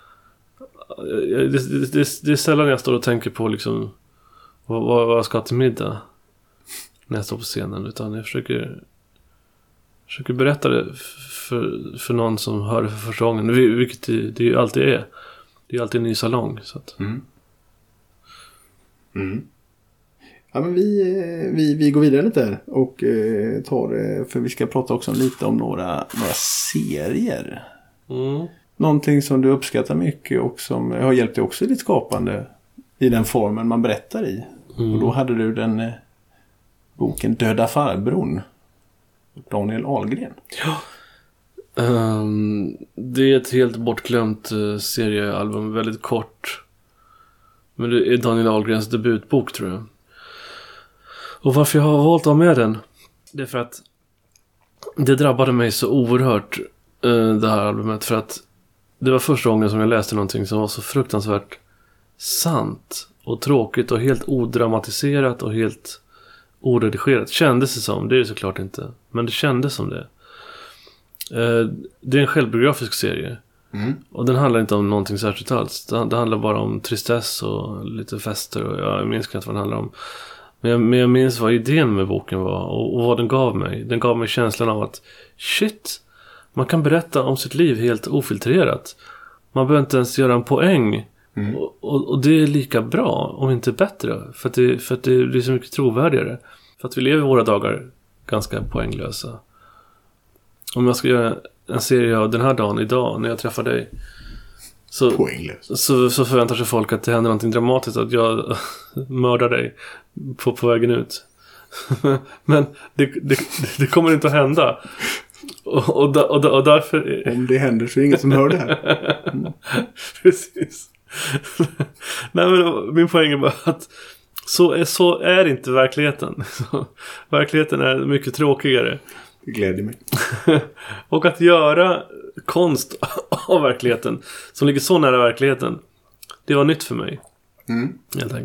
Det, det, det, det är sällan jag står och tänker på liksom, vad, vad jag ska ha till middag när jag står på scenen, utan jag försöker försöker berätta det för, för någon som hör det för första gången, vilket det, det ju alltid är. Det är alltid en ny salong, så att. Mm. Mm. Ja, men vi, vi, vi går vidare lite här och eh, tar, för vi ska prata också lite om några, några serier. Mm. Någonting som du uppskattar mycket och som har hjälpt dig också i ditt skapande i den formen man berättar i. Mm. Och då hade du den eh, boken Döda farbrorn, Daniel Ahlgren. Ja. Um, det är ett helt bortglömt uh, seriealbum, väldigt kort. Men det är Daniel Ahlgrens debutbok, tror jag. Och varför jag har valt att ha med den, det är för att det drabbade mig så oerhört, uh, det här albumet, för att det var första gången som jag läste någonting som var så fruktansvärt sant och tråkigt och helt odramatiserat och helt oredigerat. Kändes det som, det är det såklart inte, men det kändes som det. Uh, det är en självbiografisk serie. Mm. Och den handlar inte om någonting särskilt alls. Det, det handlar bara om tristess och lite fester, och jag minns inte vad den handlar om. Men jag, men jag minns vad idén med boken var och, och vad den gav mig. Den gav mig känslan av att shit, man kan berätta om sitt liv helt ofiltrerat. Man behöver inte ens göra en poäng. Mm. Och, och, och det är lika bra, om inte bättre. För att, det, för att det blir så mycket trovärdigare. För att vi lever våra dagar ganska poänglösa. Om jag ska göra en serie av den här dagen idag, när jag träffar dig, så, så, så förväntar sig folk att det händer någonting dramatiskt, att jag mördar dig på, på vägen ut. Men det, det, det kommer inte att hända. Och, och, och, och därför... Om det händer så är det ingen som hör det här. Mm. Precis. Nej, men min poäng är bara att så är, så är inte verkligheten. Så, verkligheten är mycket tråkigare. Det gläder mig. Och att göra konst av verkligheten som ligger så nära verkligheten, det var nytt för mig. Mm. Helt enkelt.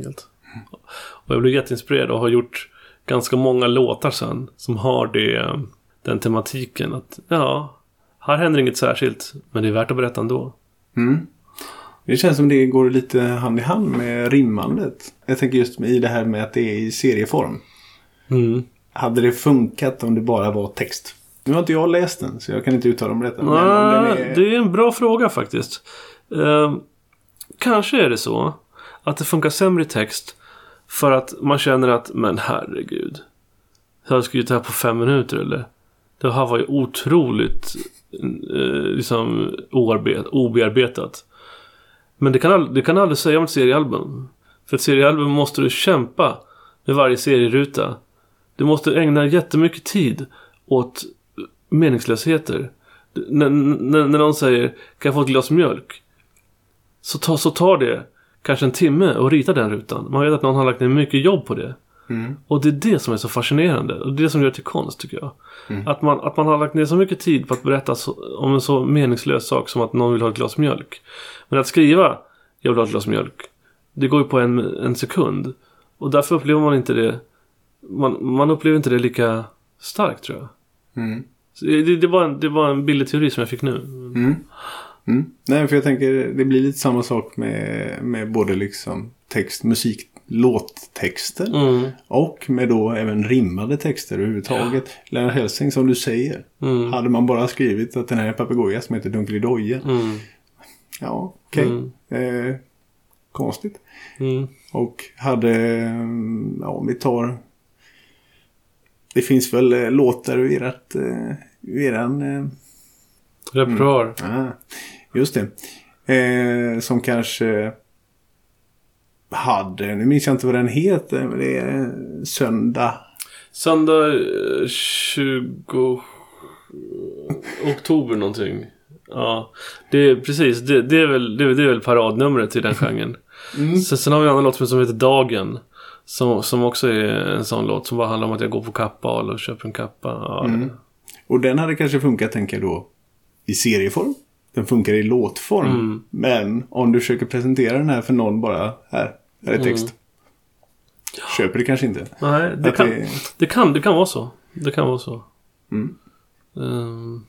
Och jag blev jätteinspirerad och har gjort ganska många låtar sen som har det, den tematiken att ja, här händer inget särskilt, men det är värt att berätta ändå. Mm. Det känns som det går lite hand i hand med rimmandet. Jag tänker just i det här med att det är i serieform. Mm. Hade det funkat om det bara var text? Nu har inte jag läst den, så jag kan inte uttala om detta. Nej, men om den är... det är en bra fråga faktiskt. Eh, kanske är det så att det funkar sämre i text för att man känner att, men herregud, jag har skrivit det här på fem minuter eller? Det här var ju otroligt eh, liksom oarbet, obearbetat. Men det kan, all, det kan aldrig säga om ett seriealbum. För ett seriealbum måste du kämpa med varje serieruta. Du måste ägna jättemycket tid åt meningslösheter. N- n- när någon säger, kan jag få ett glas mjölk? Så, ta, så tar det kanske en timme att rita den rutan. Man vet att någon har lagt ner mycket jobb på det. Mm. Och det är det som är så fascinerande. Och det är det som gör det till konst, tycker jag. Mm. Att, man, att man har lagt ner så mycket tid på att berätta så, om en så meningslös sak som att någon vill ha ett glas mjölk. Men att skriva, jag vill ha ett glas mjölk, det går ju på en, en sekund. Och därför upplever man inte det. Man, man upplever inte det lika starkt, tror jag. Mm. Så det, det, var en, det var en billig teori som jag fick nu. Mm. Mm. Nej, för jag tänker det blir lite samma sak med, med både liksom text, musik, låttexter Mm. och med då även rimmade texter överhuvudtaget. Ja. Lennart Hellsing, som du säger, Mm. hade man bara skrivit att den här papegoja som heter Dunkelidoja. Mm. Ja, okej. Okay. Mm. Eh, konstigt. Mm. Och hade, ja, om vi tar, det finns väl eh, låtar ur ert, eh, ur eran eh, repertoar. Mm. Ah, just det. Eh, som kanske hade, nu minns jag inte vad den heter, men det är Söndag. Söndag tjugo oktober någonting. Ja, det är precis, det, det, är, väl, det, är, det är väl paradnumret i den genren. Mm. Sen, sen har vi en annan låt som heter Dagen. Som, som också är en sån låt som bara handlar om att jag går på Kappahl och köper en kappa. Ja, mm. Och den hade kanske funkat, tänker jag då, i serieform. Den funkar i låtform. Mm. Men om du försöker presentera den här för någon bara, här, här är text. Mm. Köper det kanske inte. Nej, det kan, det... Det, kan, det kan vara så. Det kan vara så. Mm. Um,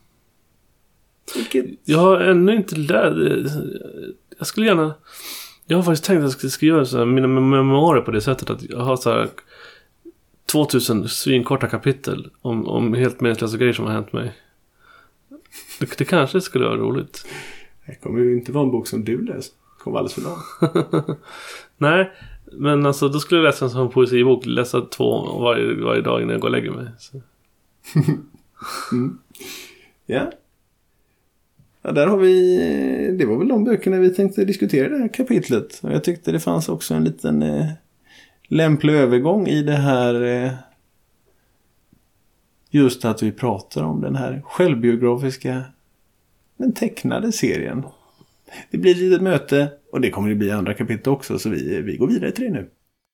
jag har ännu inte lärt. Jag skulle gärna. Jag har faktiskt tänkt att jag skulle skriva så här, mina memoarer på det sättet att jag har så här tvåtusen svinkorta kapitel om, om helt meningslösa grejer som har hänt mig. Det, det kanske skulle vara roligt. Det kommer ju inte vara en bok som du läser. Det kommer alldeles för långt. Nej, men alltså då skulle jag läsa en sån poesibok. Läsa två varje, varje dag innan jag går och lägger mig. Så. mm. Ja. Ja, där har vi, det var väl de böckerna vi tänkte diskutera i det här kapitlet. Och jag tyckte det fanns också en liten eh, lämplig övergång i det här, eh, just att vi pratar om den här självbiografiska, men tecknade serien. Det blir ett litet möte och det kommer det bli andra kapitel också, så vi, vi går vidare till det nu.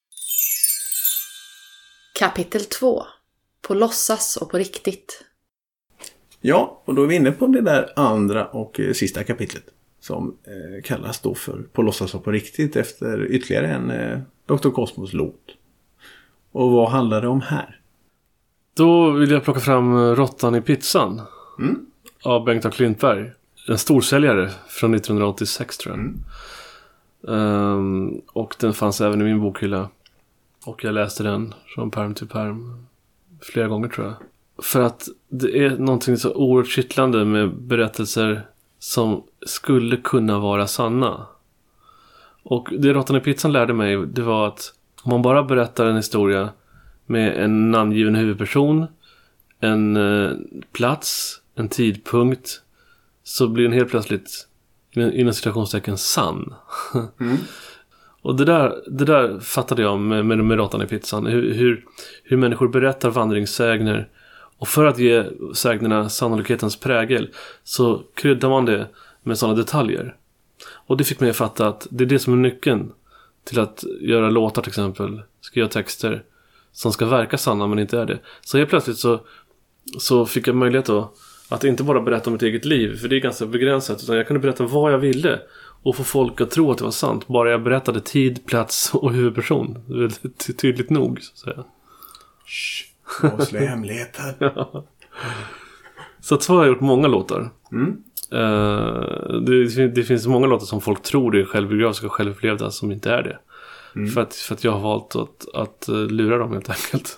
Kapitel två. På låtsas och på riktigt. Ja, och då är vi inne på det där andra och eh, sista kapitlet som eh, kallas då för På låtsas och på riktigt, efter ytterligare en eh, doktor Cosmos låt. Och vad handlar det om här? Då vill jag plocka fram Råttan i pizzan mm. av Bengt A. Klintberg. En storsäljare från nittonhundraåttiosex, tror jag. Mm. Um, och den fanns även i min bokhylla. Och jag läste den från perm till perm flera gånger, tror jag. För att det är någonting så oerhört kittlande med berättelser som skulle kunna vara sanna. Och det Råttan i pizzan lärde mig, det var att om man bara berättar en historia med en namngiven huvudperson, en eh, plats, en tidpunkt, så blir den helt plötsligt inom citationstecken sann. Mm. Och det där, det där fattade jag med, med, med Råttan i pizzan. Hur, hur, hur människor berättar vandringssägner. Och för att ge sägnerna sannolikhetens prägel så kryddar man det med sådana detaljer. Och det fick mig att fatta att det är det som är nyckeln till att göra låtar, till exempel. Skriva texter som ska verka sanna men inte är det. Så helt plötsligt så, så fick jag möjlighet då att inte bara berätta om mitt eget liv, för det är ganska begränsat, utan jag kunde berätta vad jag ville. och få folk att tro att det var sant. Bara jag berättade tid, plats och huvudperson. Det är tydligt nog, så att säga. Shh, avslöja hemligheten. Ja. Så att så har jag gjort många låtar. Mm. Uh, det, det finns många låtar som folk tror det är självbiografiska och självupplevda som inte är det. Mm. För, att, för att jag har valt att, att lura dem helt enkelt.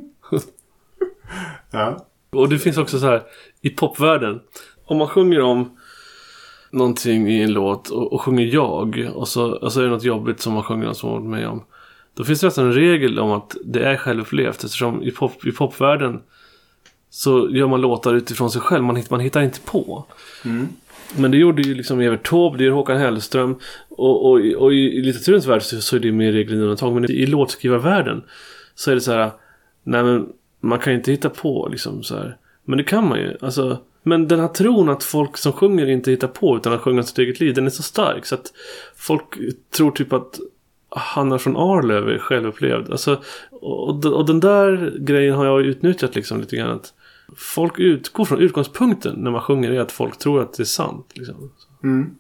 Ja. Och det finns också så här i popvärlden. Om man sjunger om någonting i en låt och, och sjunger jag och så, och så är det något jobbigt som man sjunger som man med om. Då finns det nästan en regel om att det är självupplevt. Eftersom i, pop, i popvärlden så gör man låtar utifrån sig själv. Man, hittar, man hittar inte på. Mm. Men det gjorde ju liksom Evert Taube, det är Håkan Hellström. Och, och, och i, i litteraturens värld så, så är det mer regler än undantag. Men i, i låtskrivarvärlden så är det så här, nej men man kan ju inte hitta på liksom så här. Men det kan man ju. Alltså, men den här tron att folk som sjunger inte hittar på utan att sjunga sitt eget liv, den är så stark så att folk tror typ att Hanna från Arlöv är självupplevd. Alltså, och, och den där grejen har jag utnyttjat liksom lite grann. Att folk utgår från utgångspunkten när man sjunger är att folk tror att det är sant. Liksom. Mm.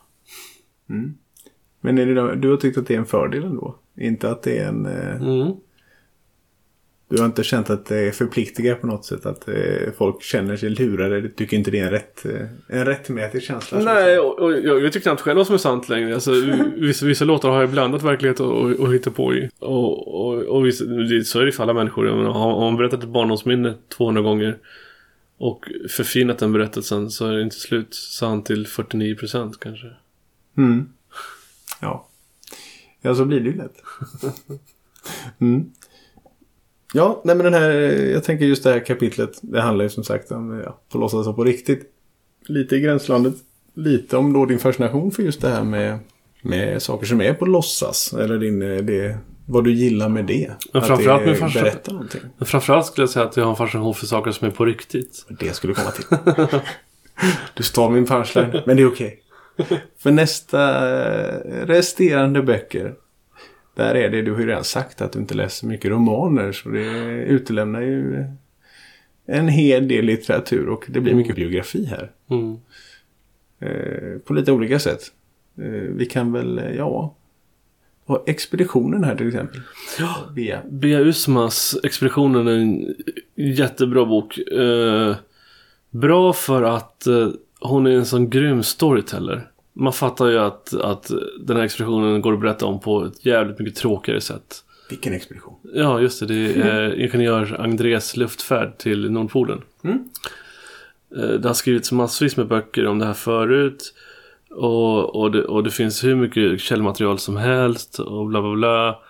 Mm. Men är det då, du har tyckt att det är en fördel ändå? Inte att det är en... Eh... Mm. Du har inte känt att det är förpliktiga på något sätt att eh, folk känner sig lurade. Du tycker inte det är en, rätt, eh, en rättmätig känsla? Nej, och, och jag, jag tycker inte själv vad som är sant längre. Alltså, vissa, vissa låtar har jag blandat verklighet och, och, och hittat på i. Och, och, och vissa, så är det för alla människor. Jag menar, har man berättat ett barndomsminne tvåhundra gånger och förfinat den berättelsen så är det inte slut sant till fyrtionio procent kanske. Mm. Ja. Ja, så blir det ju lätt. Mm. Ja, nej men den här, jag tänker just det här kapitlet, det handlar ju som sagt om, ja, på låtsas och på riktigt. Lite i gränslandet, lite om då din fascination för just det här med, med saker som är på låtsas, eller din, det, vad du gillar med det. Men framförallt med fascination, berätta någonting. Men framförallt skulle jag säga att jag har en fascination för saker som är på riktigt. Det skulle komma till. Du stal min punchline, men det är okej. Okay. För nästa resterande böcker, där är det, du har ju redan sagt att du inte läser mycket romaner, så det utelämnar ju en hel del litteratur och det blir mycket biografi här. Mm. Eh, på lite olika sätt. Eh, vi kan väl, ja, ha Expeditionen här till exempel. Ja, Bea. Bea Usmas Expeditionen är en jättebra bok. Eh, bra för att eh, hon är en sån grym storyteller. Man fattar ju att, att den här expeditionen går att berätta om på ett jävligt mycket tråkigare sätt. Vilken expedition? Ja, just det. Det är mm. ingenjör Andrés luftfärd till Nordpolen. Mm. Det har skrivits massvis med böcker om det här förut. Och, och, det, och det finns hur mycket källmaterial som helst och bla bla bla.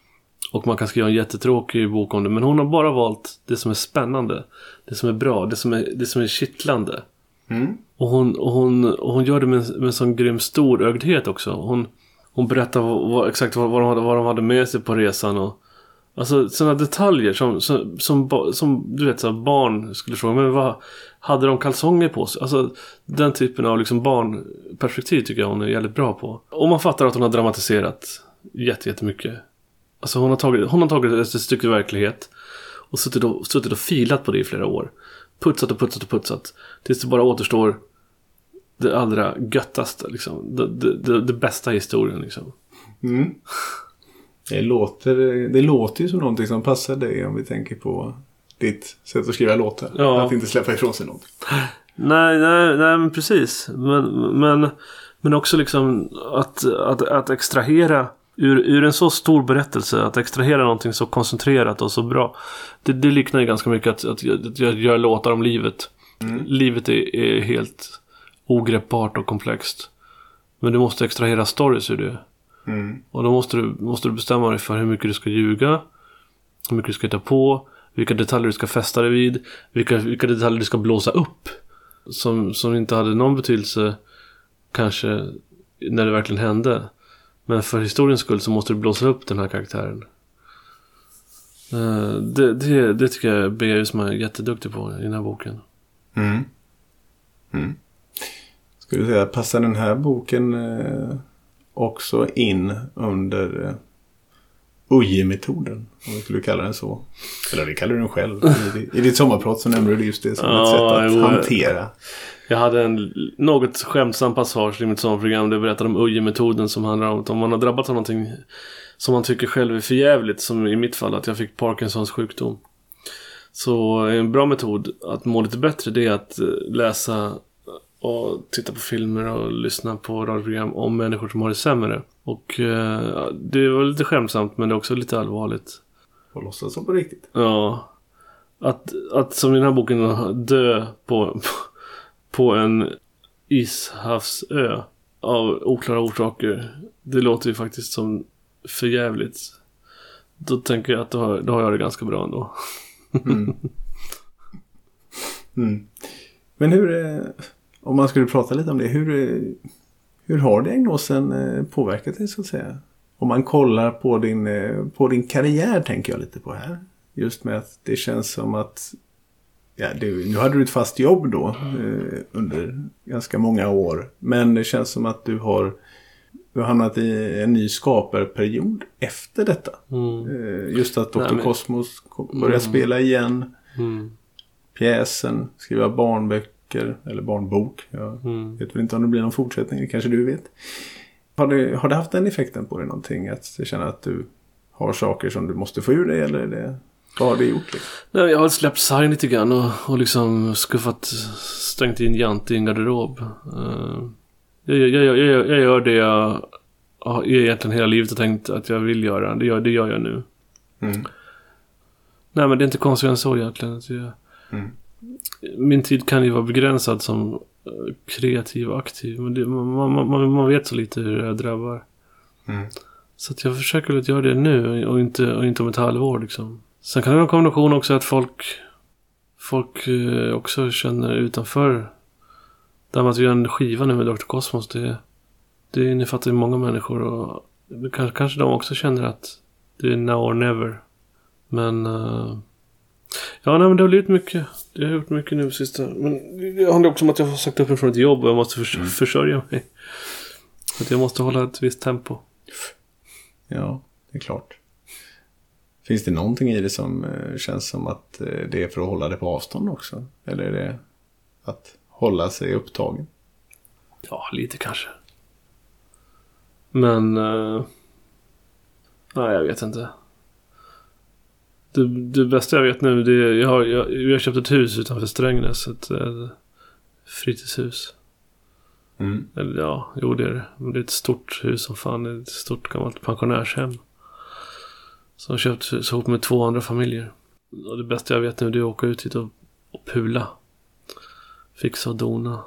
Och man kan skriva en jättetråkig bok om det. Men hon har bara valt det som är spännande. Det som är bra. Det som är, det som är kittlande. Mm. Och, hon, och, hon, och hon gör det med, med en sån grym storögdhet också. Hon, hon berättar vad, vad, exakt vad, vad, de hade, vad de hade med sig på resan. Och, alltså sådana detaljer som, som, som, som du vet så här, barn skulle fråga. Men vad hade de kalsonger på sig? Alltså den typen av liksom barnperspektiv tycker jag hon är jävligt bra på. Och man fattar att hon har dramatiserat jätte, jättemycket. Alltså hon har tagit, hon har tagit ett stycke verklighet och suttit och, suttit och filat på det i flera år. Putsat och putsat och putsat. Tills det bara återstår det allra göttaste. Liksom. Det, det, det, det bästa historien. Liksom. Mm. Det, låter, det låter ju som någonting som passar dig om vi tänker på ditt sätt att skriva låtar. Ja. Att inte släppa ifrån sig något. Nej, nej, nej men precis. Men, men, men också liksom att, att, att extrahera Ur, ur en så stor berättelse, att extrahera någonting så koncentrerat och så bra. Det, det liknar ju ganska mycket att, att, att jag gör låtar om livet. Mm. Livet är, är helt ogreppbart och komplext. Men du måste extrahera stories ur det. Mm. Och då måste du, måste du bestämma dig för hur mycket du ska ljuga, hur mycket du ska ta på, vilka detaljer du ska fästa dig vid, vilka, vilka detaljer du ska blåsa upp. Som, som inte hade någon betydelse kanske när det verkligen hände. Men för historiens skull så måste du blåsa upp den här karaktären. Uh, det, det, det tycker jag Bea Usma är jätteduktig på i den här boken. Mm. Mm. Ska du säga, passar den här boken eh, också in under eh, U J I-metoden? Om vi skulle kalla den så. Eller det kallar du den själv. I, I ditt sommarprat så nämner du just det som ja, ett sätt att jo, hantera Jag hade en något skämtsam passage i mitt sommarprogram där jag berättade om Uje-metoden som handlar om att om man har drabbats av någonting som man tycker själv är förjävligt, som i mitt fall att jag fick Parkinsons sjukdom. Så en bra metod att må lite bättre, det är att läsa och titta på filmer och lyssna på radioprogram om människor som har det sämre. Och eh, det var lite skämtsamt, men det är också lite allvarligt. Och låtsas som på riktigt. Ja. Att, att som i den här boken dö på, på en ishavsö av oklara orsaker, det låter ju faktiskt som förjävligt. Då tänker jag att då har, då har jag det ganska bra ändå. Mm. Mm. Men hur, om man skulle prata lite om det, hur, hur har diagnosen påverkat dig så att säga? Om man kollar på din, på din karriär, tänker jag lite på här. Just med att det känns som att ja, det, nu hade du ett fast jobb då eh, under ganska många år. Men det känns som att du har, du har hamnat i en ny skaparperiod efter detta. Mm. Eh, just att doktor Nej, men... Cosmos börjar mm. spela igen. Mm. Pjäsen, skriva barnböcker eller barnbok. Jag mm. vet väl inte om det blir någon fortsättning, det kanske du vet. Har det, har det haft den effekten på dig någonting? Att du känner att du har saker som du måste få ur dig, eller är det... Vad har det gjort? Liksom? Nej, jag har släppt sarg lite grann och, och liksom skuffat, stängt in jant i en garderob. Uh, jag, jag, jag, jag, jag gör det jag har egentligen hela livet och tänkt att jag vill göra. Det gör, det gör jag nu. Mm. Nej, men det är inte konstigt än så egentligen. Att jag, mm. Min tid kan ju vara begränsad som kreativ och aktiv. Men det, man, man, man vet så lite hur det drabbar. Mm. Så att jag försöker att göra det nu och inte, och inte om ett halvår liksom. Sen kan det vara en kombination också att folk folk eh, också känner utanför. Där man att vi gör en skiva nu med doktor Cosmos, det, det innefattar ju många människor och det, kanske, kanske de också känner att det är now or never. Men uh, ja, nej, men det har blivit mycket. Det har gjort mycket nu sista. Men det handlar också om att jag har sagt upp mig från ett jobb och jag måste förs- mm. försörja mig. Att jag måste hålla ett visst tempo. Ja, det är klart. Finns det någonting i det som eh, känns som att eh, det är för att hålla det på avstånd också? Eller är det att hålla sig upptagen? Ja, lite kanske. Men eh, nej, jag vet inte. Det, det bästa jag vet nu, det är jag har, jag, jag har köpt ett hus utanför Strängnäs, ett, ett fritidshus. Mm. Eller ja, jo det är det. Det är ett stort hus som fan, det är ett stort gammalt pensionärshem. Så jag har köpt ihop med två andra familjer. Och det bästa jag vet nu, det är att åka ut hit och, och pula. Fixa och dona.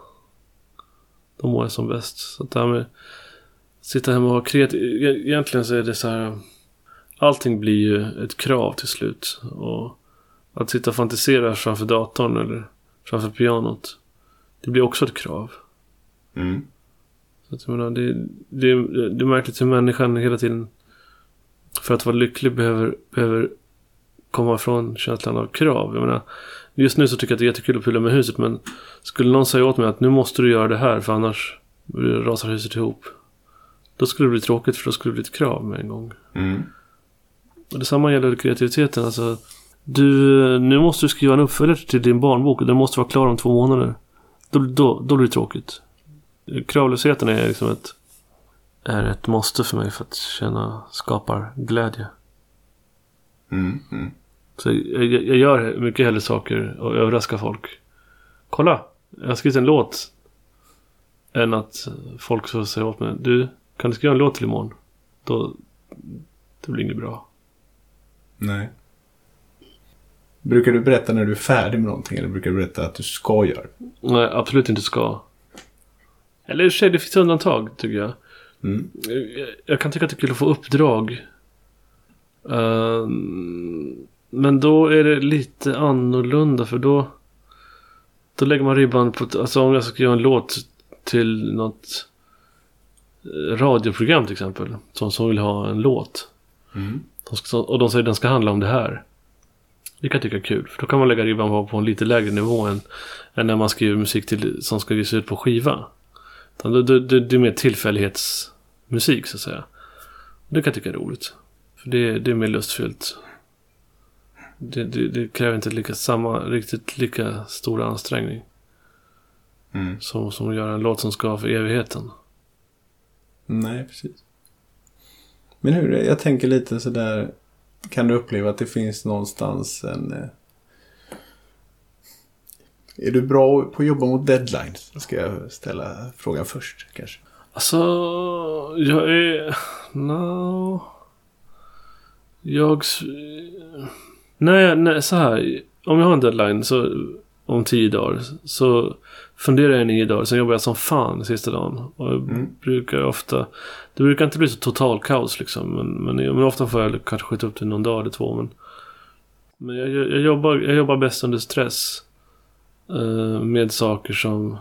Då mår jag som bäst. Så att det här med sitta hemma och vara kreativ. Egentligen så är det så här. Allting blir ju ett krav till slut. Och att sitta och fantisera framför datorn eller framför pianot, det blir också ett krav. Mm. Så att jag menar, det, det, det är märkligt hur människan hela tiden, för att vara lycklig, behöver, behöver komma från känslan av krav. Jag menar, just nu så tycker jag att det är jättekul att pilla med huset, men skulle någon säga åt mig att nu måste du göra det här för annars rasar huset ihop, då skulle det bli tråkigt, för då skulle det bli ett krav med en gång. Mm. Och detsamma gäller kreativiteten. Alltså, du, nu måste du skriva en uppföljare till din barnbok och den måste vara klar om två månader. Då, då, då blir det tråkigt. Kravlösheten är liksom ett är ett måste för mig för att känna skapar glädje. Mm, mm. Så jag, jag gör mycket hellre saker och överraskar folk. Kolla, jag har skrivit en låt, än att folk så säger åt mig, du, kan du skriva en låt till imorgon? Då det blir inget bra. Nej. Brukar du berätta när du är färdig med någonting, eller brukar du berätta att du ska göra? Nej, absolut inte ska. Eller i och för sig, det finns undantag, tycker jag. Mm. Jag, jag kan tycka att det är kul att få uppdrag. Uh, men då är det lite annorlunda, för då då lägger man ribban på, alltså om jag ska göra en låt till något radioprogram till exempel, som, som vill ha en låt. Mm. De ska, och de säger att den ska handla om det här. Det kan jag tycka är kul, för då kan man lägga ribban på, på en lite lägre nivå än, än när man skriver musik till, som ska ges ut på skiva. Det, det, det, det är mer tillfällighetsmusik så att säga. Det kan jag tycka är roligt, för det, det är mer lustfyllt. Det, det, det kräver inte lika, samma, riktigt lika stora ansträngning. Mm. Som, som gör en låt som ska för evigheten. Nej, precis. Men hur, jag tänker lite så där, kan du uppleva att det finns någonstans en... Eh, är du bra på att jobba mot deadlines? Ska jag ställa frågan först, kanske? Alltså, jag är... No. Jag... Nej, nej, så här. Om jag har en deadline så, om tio dagar, så funderar jag i nio dagar. Sen jobbar jag som fan sista dagen. Och jag mm. brukar ofta... Det brukar inte bli så total kaos liksom. Men, men, men ofta får jag kanske skjuta upp till någon dag eller två. Men, men jag, jag, jobbar, jag jobbar bäst under stress. Uh, med saker som...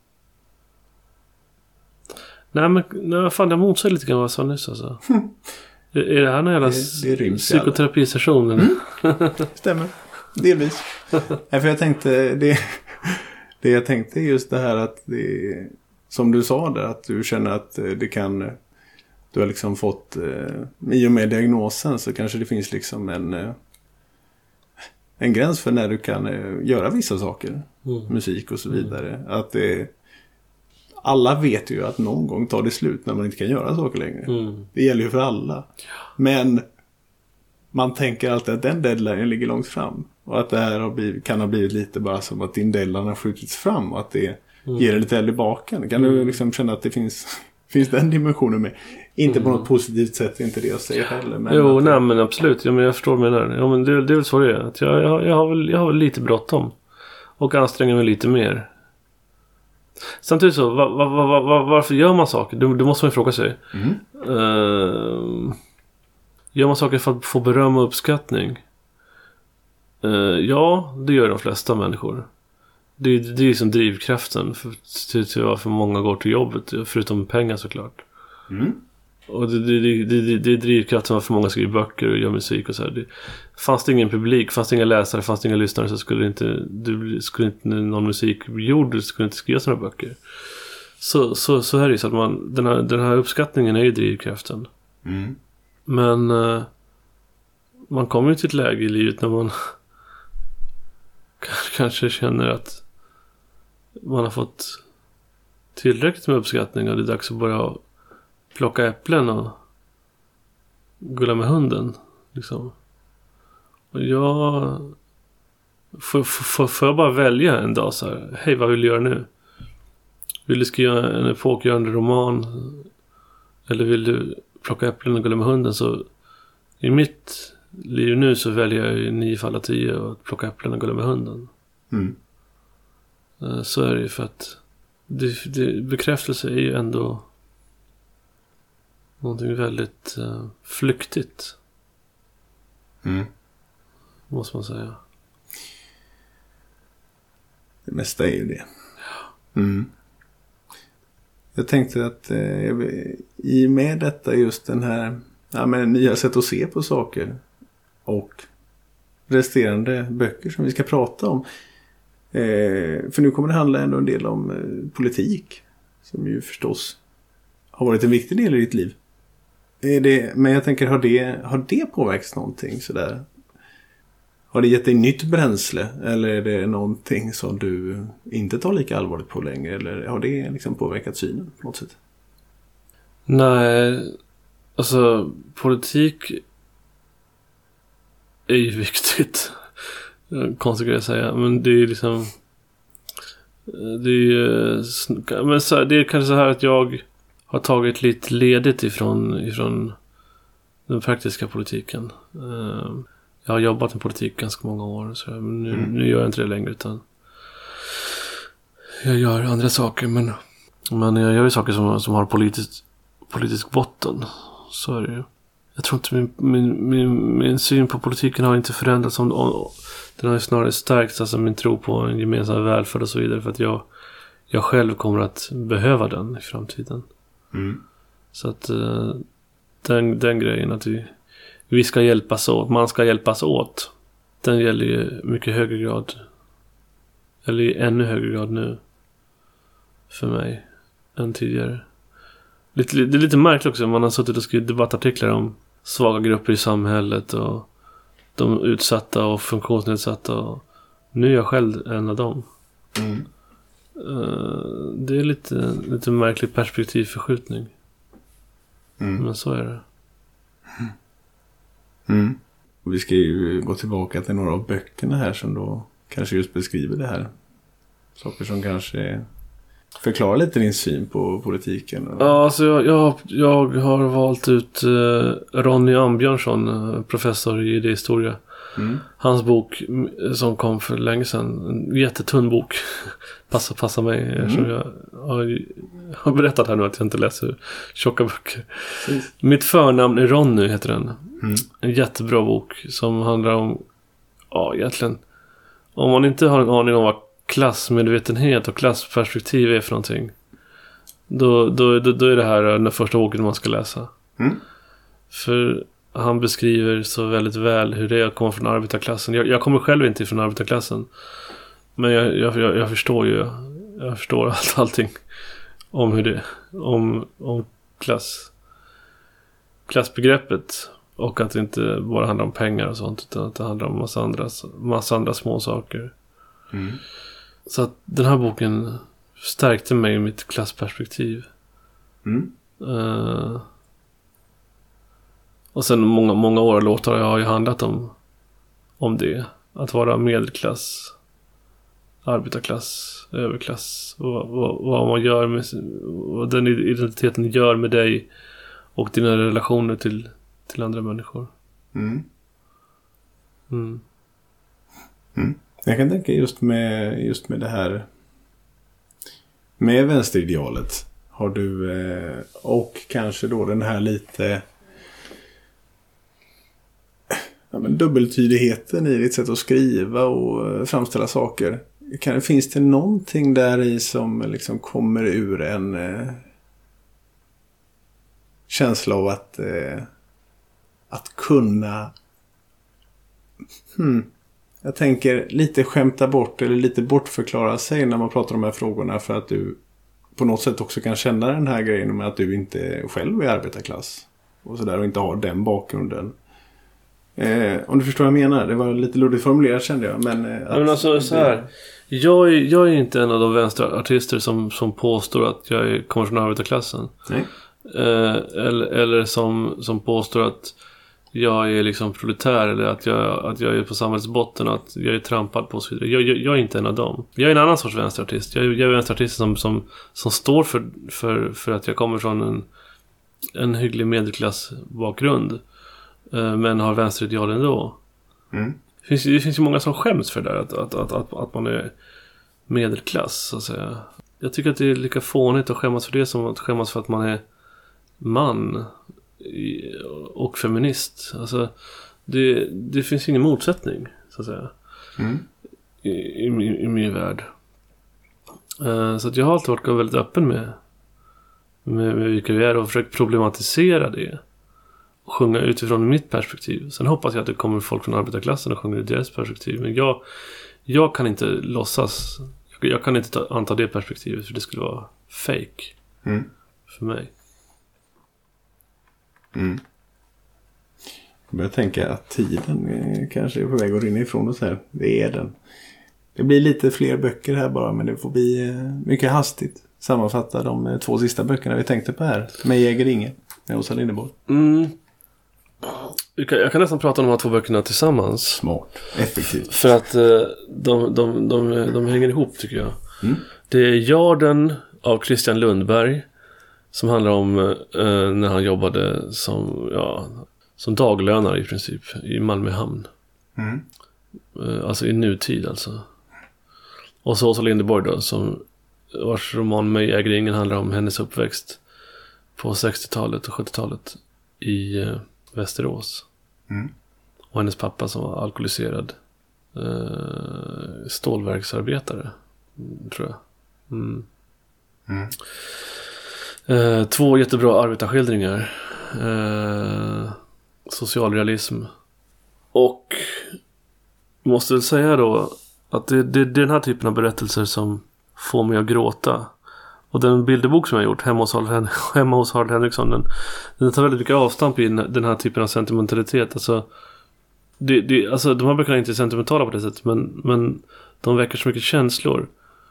Nej, men nej, fan, jag motsäger lite grann vad jag sa nyss alltså. Är det här någon jävla det, det psykoterapisession? Mm. Stämmer. Delvis. Nej, för jag tänkte det, det jag tänkte är just det här att det, som du sa där, att du känner att det kan, du har liksom fått i och med diagnosen så kanske det finns liksom en en gräns för när du kan göra vissa saker, mm. musik och så vidare. Mm. Att det, alla vet ju att någon gång tar det slut när man inte kan göra saker längre. Mm. Det gäller ju för alla. Men man tänker alltid att den deadline ligger långt fram. Och att det här har blivit, kan ha blivit lite bara som att din deadline har skjutits fram. Och att det mm. ger lite eld i baken. Kan mm. du liksom känna att det finns, finns den dimensionen med? Inte mm. på något positivt sätt, inte det jag säger heller. Men jo, att, nej men absolut. Ja, men jag förstår mig där. Ja, men det, det är väl så det är. Att jag, jag, jag, har väl, jag har väl lite bråttom. Och anstränger mig lite mer. Samtidigt så, var, var, var, var, varför gör man saker? Det, det måste man ju fråga sig. Mm. Uh, gör man saker för att få beröm och uppskattning? Uh, ja, det gör de flesta människor. Det, det är ju som drivkraften för, till, till varför många går till jobbet, förutom pengar såklart. Mm. Och det, det, det, det, det är drivkraften varför många skriver böcker och gör musik och så här. Det, fanns det ingen publik, fanns det inga läsare, fanns det inga lyssnare, så skulle inte, det, skulle inte någon musik gjord, skulle inte skriva sådana böcker. Så, så, så är det ju så att man, den här, den här uppskattningen är ju drivkraften. Mm. Men uh, man kommer ju till ett läge i livet när man kanske känner att man har fått tillräckligt med uppskattning och det är dags att börja plocka äpplen och gulla med hunden liksom. Och jag får, får, får jag bara välja en dag så här, hej, vad vill du göra nu? Vill du skriva en epokgörande roman eller vill du plocka äpplen och gulla med hunden? Så i mitt liv nu så väljer jag i nio fall av tio att plocka äpplen och gulla med hunden. Mm. Så är det ju för att det, det, bekräftelse är ju ändå någonting väldigt uh, flyktigt. Mm. Måste man säga. Det mesta är ju det. Mm. Jag tänkte att eh, i och med detta just den här ja, men, nya sätt att se på saker och resterande böcker som vi ska prata om. Eh, för nu kommer det handla ändå en del om eh, politik som ju förstås har varit en viktig del i ditt liv. Är det, men jag tänker, har det, har det påverkat någonting sådär? Har det gett dig nytt bränsle? Eller är det någonting som du inte tar lika allvarligt på längre? Eller har det liksom påverkat synen på något sätt? Nej, alltså politik är ju viktigt. Konstigt att säga, men det är ju liksom det är ju men så här, det är kanske så här att jag har tagit lite ledigt ifrån, ifrån den praktiska politiken. Jag har jobbat med politik ganska många år så men nu, mm. nu gör jag inte det längre utan jag gör andra saker men, men jag gör ju saker som, som har politisk, politisk botten. Så är det ju. Jag tror inte min, min, min, min syn på politiken har inte förändrats. Om, om, den har ju snarare stärkts, alltså min tro på en gemensam välfärd och så vidare. För att jag, jag själv kommer att behöva den i framtiden. Mm. Så att uh, den, den grejen att vi, vi ska hjälpas åt, man ska hjälpas åt. Den gäller ju mycket högre grad. Eller i ännu högre grad nu. För mig än tidigare. Lite, det är lite märkligt också. Man har suttit och skrivit debattartiklar om svaga grupper i samhället och de utsatta och funktionsnedsatta. Och nu är jag själv en av dem. Mm. Uh, det är lite, lite märklig perspektivförskjutning. Mm. Men så är det. Mm. Och vi ska ju gå tillbaka till några av böckerna här som då kanske just beskriver det här. Saker som kanske förklarar lite din syn på politiken. Och... Ja, alltså jag, jag, jag har valt ut uh, Ronny Ambjörnsson, uh, professor i idéhistoria. Mm. Hans bok som kom för länge sedan, en jättetunn bok. Passa, passa mig mm. eftersom jag har, jag har berättat här nu att jag inte läser tjocka böcker. Precis. Mitt förnamn är Ronny heter den. Mm. En jättebra bok som handlar om, ja egentligen, om man inte har en aning om vad klassmedvetenhet och klassperspektiv är för någonting, då, då, då, då är det här den första boken man ska läsa. Mm. För han beskriver så väldigt väl hur det är att komma från arbetarklassen. Jag, jag kommer själv inte från arbetarklassen. Men jag, jag, jag, jag förstår ju Jag förstår allt, allting om hur det om, om klass klassbegreppet. Och att det inte bara handlar om pengar och sånt, utan att det handlar om massa andra, massa andra små saker. Mm. Så att den här boken stärkte mig i mitt klassperspektiv. Mm. Uh, Och sen många, många år låtar jag har ju handlat om om det. Att vara medelklass, arbetarklass, överklass. Och vad, vad man gör med, vad den identiteten gör med dig och dina relationer till, till andra människor. Mm. Mm. Mm. Jag kan tänka just med, just med det här med vänsteridealet. Har du eh, och kanske då den här lite... Ja, men dubbeltydigheten i ditt sätt att skriva och framställa saker. Kan, finns det någonting där i som liksom kommer ur en eh, känsla av att eh, att kunna hmm, jag tänker lite skämta bort eller lite bortförklara sig när man pratar om de här frågorna, för att du på något sätt också kan känna den här grejen med att du inte själv är arbetarklass och sådär, och inte har den bakgrunden. Eh, om du förstår vad jag menar. Det var lite luddigt formulerat, kände jag. Men, eh, att, men alltså så här, jag, är, jag är inte en av de vänsterartister som, som påstår att jag är, kommer från arbetarklassen. Nej. Eh, eller eller som, som påstår att jag är liksom proletär, eller att jag, att jag är på samhällsbotten, att jag är trampad på och så vidare. Jag, jag, jag är inte en av dem. Jag är en annan sorts vänsterartist. Jag, jag är vänsterartist som, som, som står för, för, för att jag kommer från en, en hygglig medelklassbakgrund. Men har vänsterideal ändå. Mm. Det, finns, det finns ju många som skäms för det där, att, att, att, att, att man är medelklass, så att säga. Jag tycker att det är lika fånigt att skämmas för det som att skämmas för att man är man och feminist. Alltså, det, det finns ingen motsättning, så att säga. Mm. I, i, i, i min värld. Uh, så att jag har alltid varit väldigt öppen med, med, med vilka vi är och försökt problematisera det. Sjunga utifrån mitt perspektiv. Sen hoppas jag att det kommer folk från arbetarklassen och sjunger i deras perspektiv. Men jag, jag kan inte låtsas. Jag, jag kan inte ta, anta det perspektivet, för det skulle vara fake mm. för mig. Mm. Jag börjar tänka att tiden kanske är på väg att rinna ifrån oss här. Det är den. Det blir lite fler böcker här bara, men det får bli mycket hastigt. Sammanfatta de två sista böckerna vi tänkte på här. Med Jäger Inge med Åsa Linderborg. Mm. Jag kan nästan prata om de här två böckerna tillsammans. Smart, effektivt. För att de, de, de, de, de hänger ihop, tycker jag. Mm. Det är Jarden av Christian Lundberg, som handlar om eh, när han jobbade som, ja, som daglönare i princip i Malmö hamn. Mm. Eh, alltså i nutid alltså. Och så Åsa Linderborg då, som vars roman med Jäger Ingen handlar om hennes uppväxt på sextiotalet och sjuttiotalet i eh, Västerås. Mm. Och hennes pappa som var alkoholiserad eh, stålverksarbetare, tror jag. Mm. Mm. Eh, två jättebra arbetarskildringar. Eh, socialrealism. Och måste väl säga då att det, det, det är den här typen av berättelser som får mig att gråta. Och den bilderbok som jag har gjort hemma hos Harald, hemma hos Harald Henriksson, den, den tar väldigt mycket avstamp i den här typen av sentimentalitet. Alltså, det, det, alltså de här böckerna är inte sentimentala på det sättet, men, men de väcker så mycket känslor.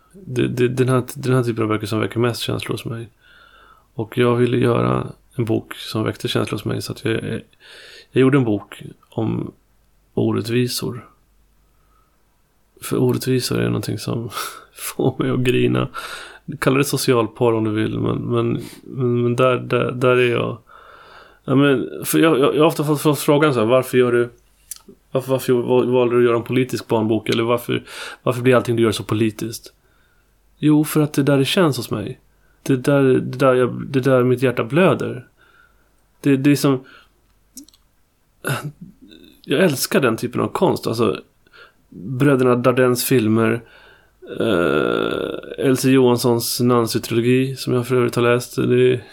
Det, det, den, här, den här typen av böcker som väcker mest känslor hos mig. Och jag ville göra en bok som väckte känslor hos mig. Så att jag, jag gjorde en bok om orättvisor. För orättvisor är någonting som får mig att grina. Kalla det socialporr om du vill. Men, men, men där, där, där är jag. Ja, men, för jag, jag, jag har ofta fått, fått frågan så här, varför gör du varför, varför valde du att göra en politisk barnbok? Eller varför, varför blir allting du gör så politiskt? Jo, för att det där det känns hos mig. Det där, det där, jag, det där mitt hjärta blöder. Det, det är som... Jag älskar den typen av konst. Alltså, Bröderna Dardens filmer, eh, Elsie Johanssons Nancy-trilogi som jag för övrigt har läst. Det är,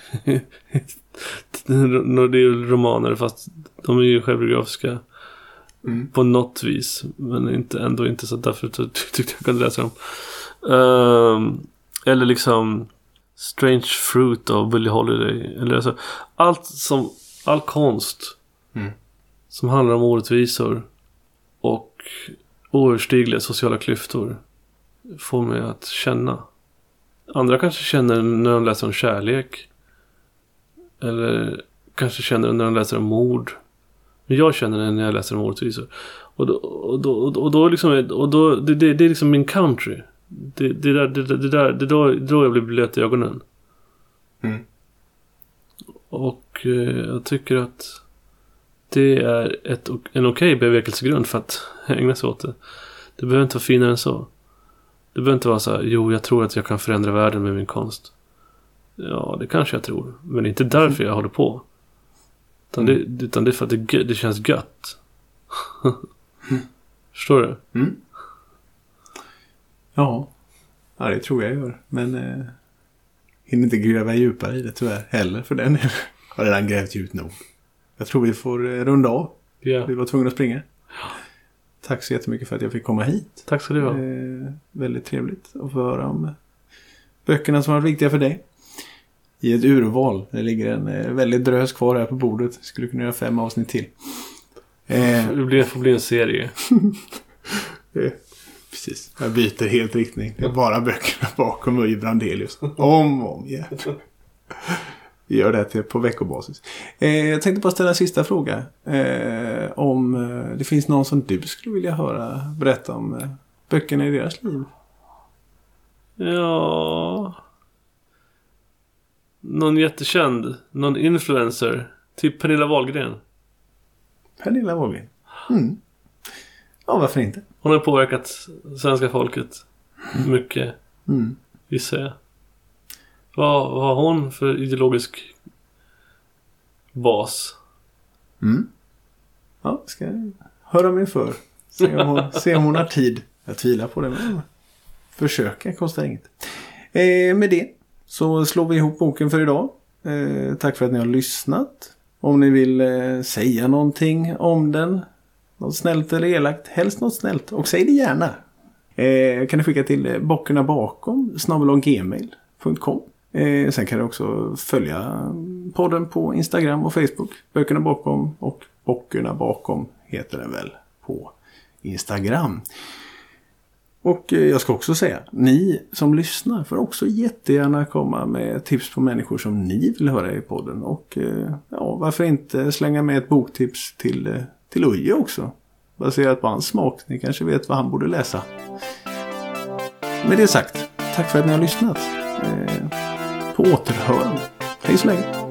det är romaner, fast de är ju självbiografiska mm. på något vis. Men inte, ändå inte, så därför tyckte jag kunde läsa dem. Um, eller liksom Strange Fruit av Billie Holiday, eller alltså, allt som all konst mm. som handlar om orättvisor och oöverstigliga sociala klyftor får mig att känna. Andra kanske känner när de läser om kärlek, eller kanske känner när de läser om mord, men jag känner när jag läser om orättvisor. Och då, och då, och då liksom, och då det, det, det är liksom min country. Det, det där, det, det där, det då, då jag blir blöt i ögonen. Mm. Och eh, jag tycker att det är ett, en okej bevekelsegrund för att ägna sig åt det. Det behöver inte vara finare än så. Det behöver inte vara så här, jo, jag tror att jag kan förändra världen med min konst. Ja, det kanske jag tror. Men det är inte därför jag håller på. Utan, mm. det, utan det är för att det, det känns gött. mm. Förstår du? Mm. Ja. ja, det tror jag gör. Men eh, hinner inte gräva djupare i det tyvärr heller. För den har redan grävt djupt nog. Jag tror vi får eh, runda av. Yeah. Vi var tvungna att springa. Ja. Tack så jättemycket för att jag fick komma hit. Tack så du ha. Eh, väldigt trevligt att få höra om böckerna som var viktiga för dig. I ett urval. Det ligger en eh, väldigt drös kvar här på bordet. Skulle kunna göra fem avsnitt till. Eh. Det blir, får bli en serie. eh. Precis. Jag byter helt riktning. Det är bara böckerna bakom Uje Brandelius. Om och om igen. Vi gör det till på veckobasis. Eh, jag tänkte bara ställa en sista fråga. Eh, om eh, det finns någon som du skulle vilja höra berätta om eh, böckerna i deras liv. Ja... Någon jättekänd. Någon influencer. Typ Pernilla Wahlgren. Pernilla Wahlgren. Mm. Ja, varför inte? Hon har påverkat svenska folket mycket. Mm. Gissar jag. Vad, vad har hon för ideologisk bas? Mm. Ja, ska jag höra mig för. Se om hon, se om hon har tid. Jag tvivlar på det, men försöka kostar inget. Eh, med det så slår vi ihop boken för idag. Eh, tack för att ni har lyssnat. Om ni vill eh, säga någonting om den, något snällt eller elakt, helst något snällt. Och säg det gärna. Eh, kan ni skicka till eh, bockerna bakom snabel-a gmail punkt com. Eh, sen kan du också följa podden på Instagram och Facebook. Böckerna bakom och bockerna bakom heter den väl på Instagram. Och eh, jag ska också säga, ni som lyssnar får också jättegärna komma med tips på människor som ni vill höra i podden. Och eh, ja, varför inte slänga med ett boktips till, eh, till Uje också. Baserat på hans smak. Ni kanske vet vad han borde läsa. Med det sagt, tack för att ni har lyssnat. Eh, på återhörande. Hej så länge.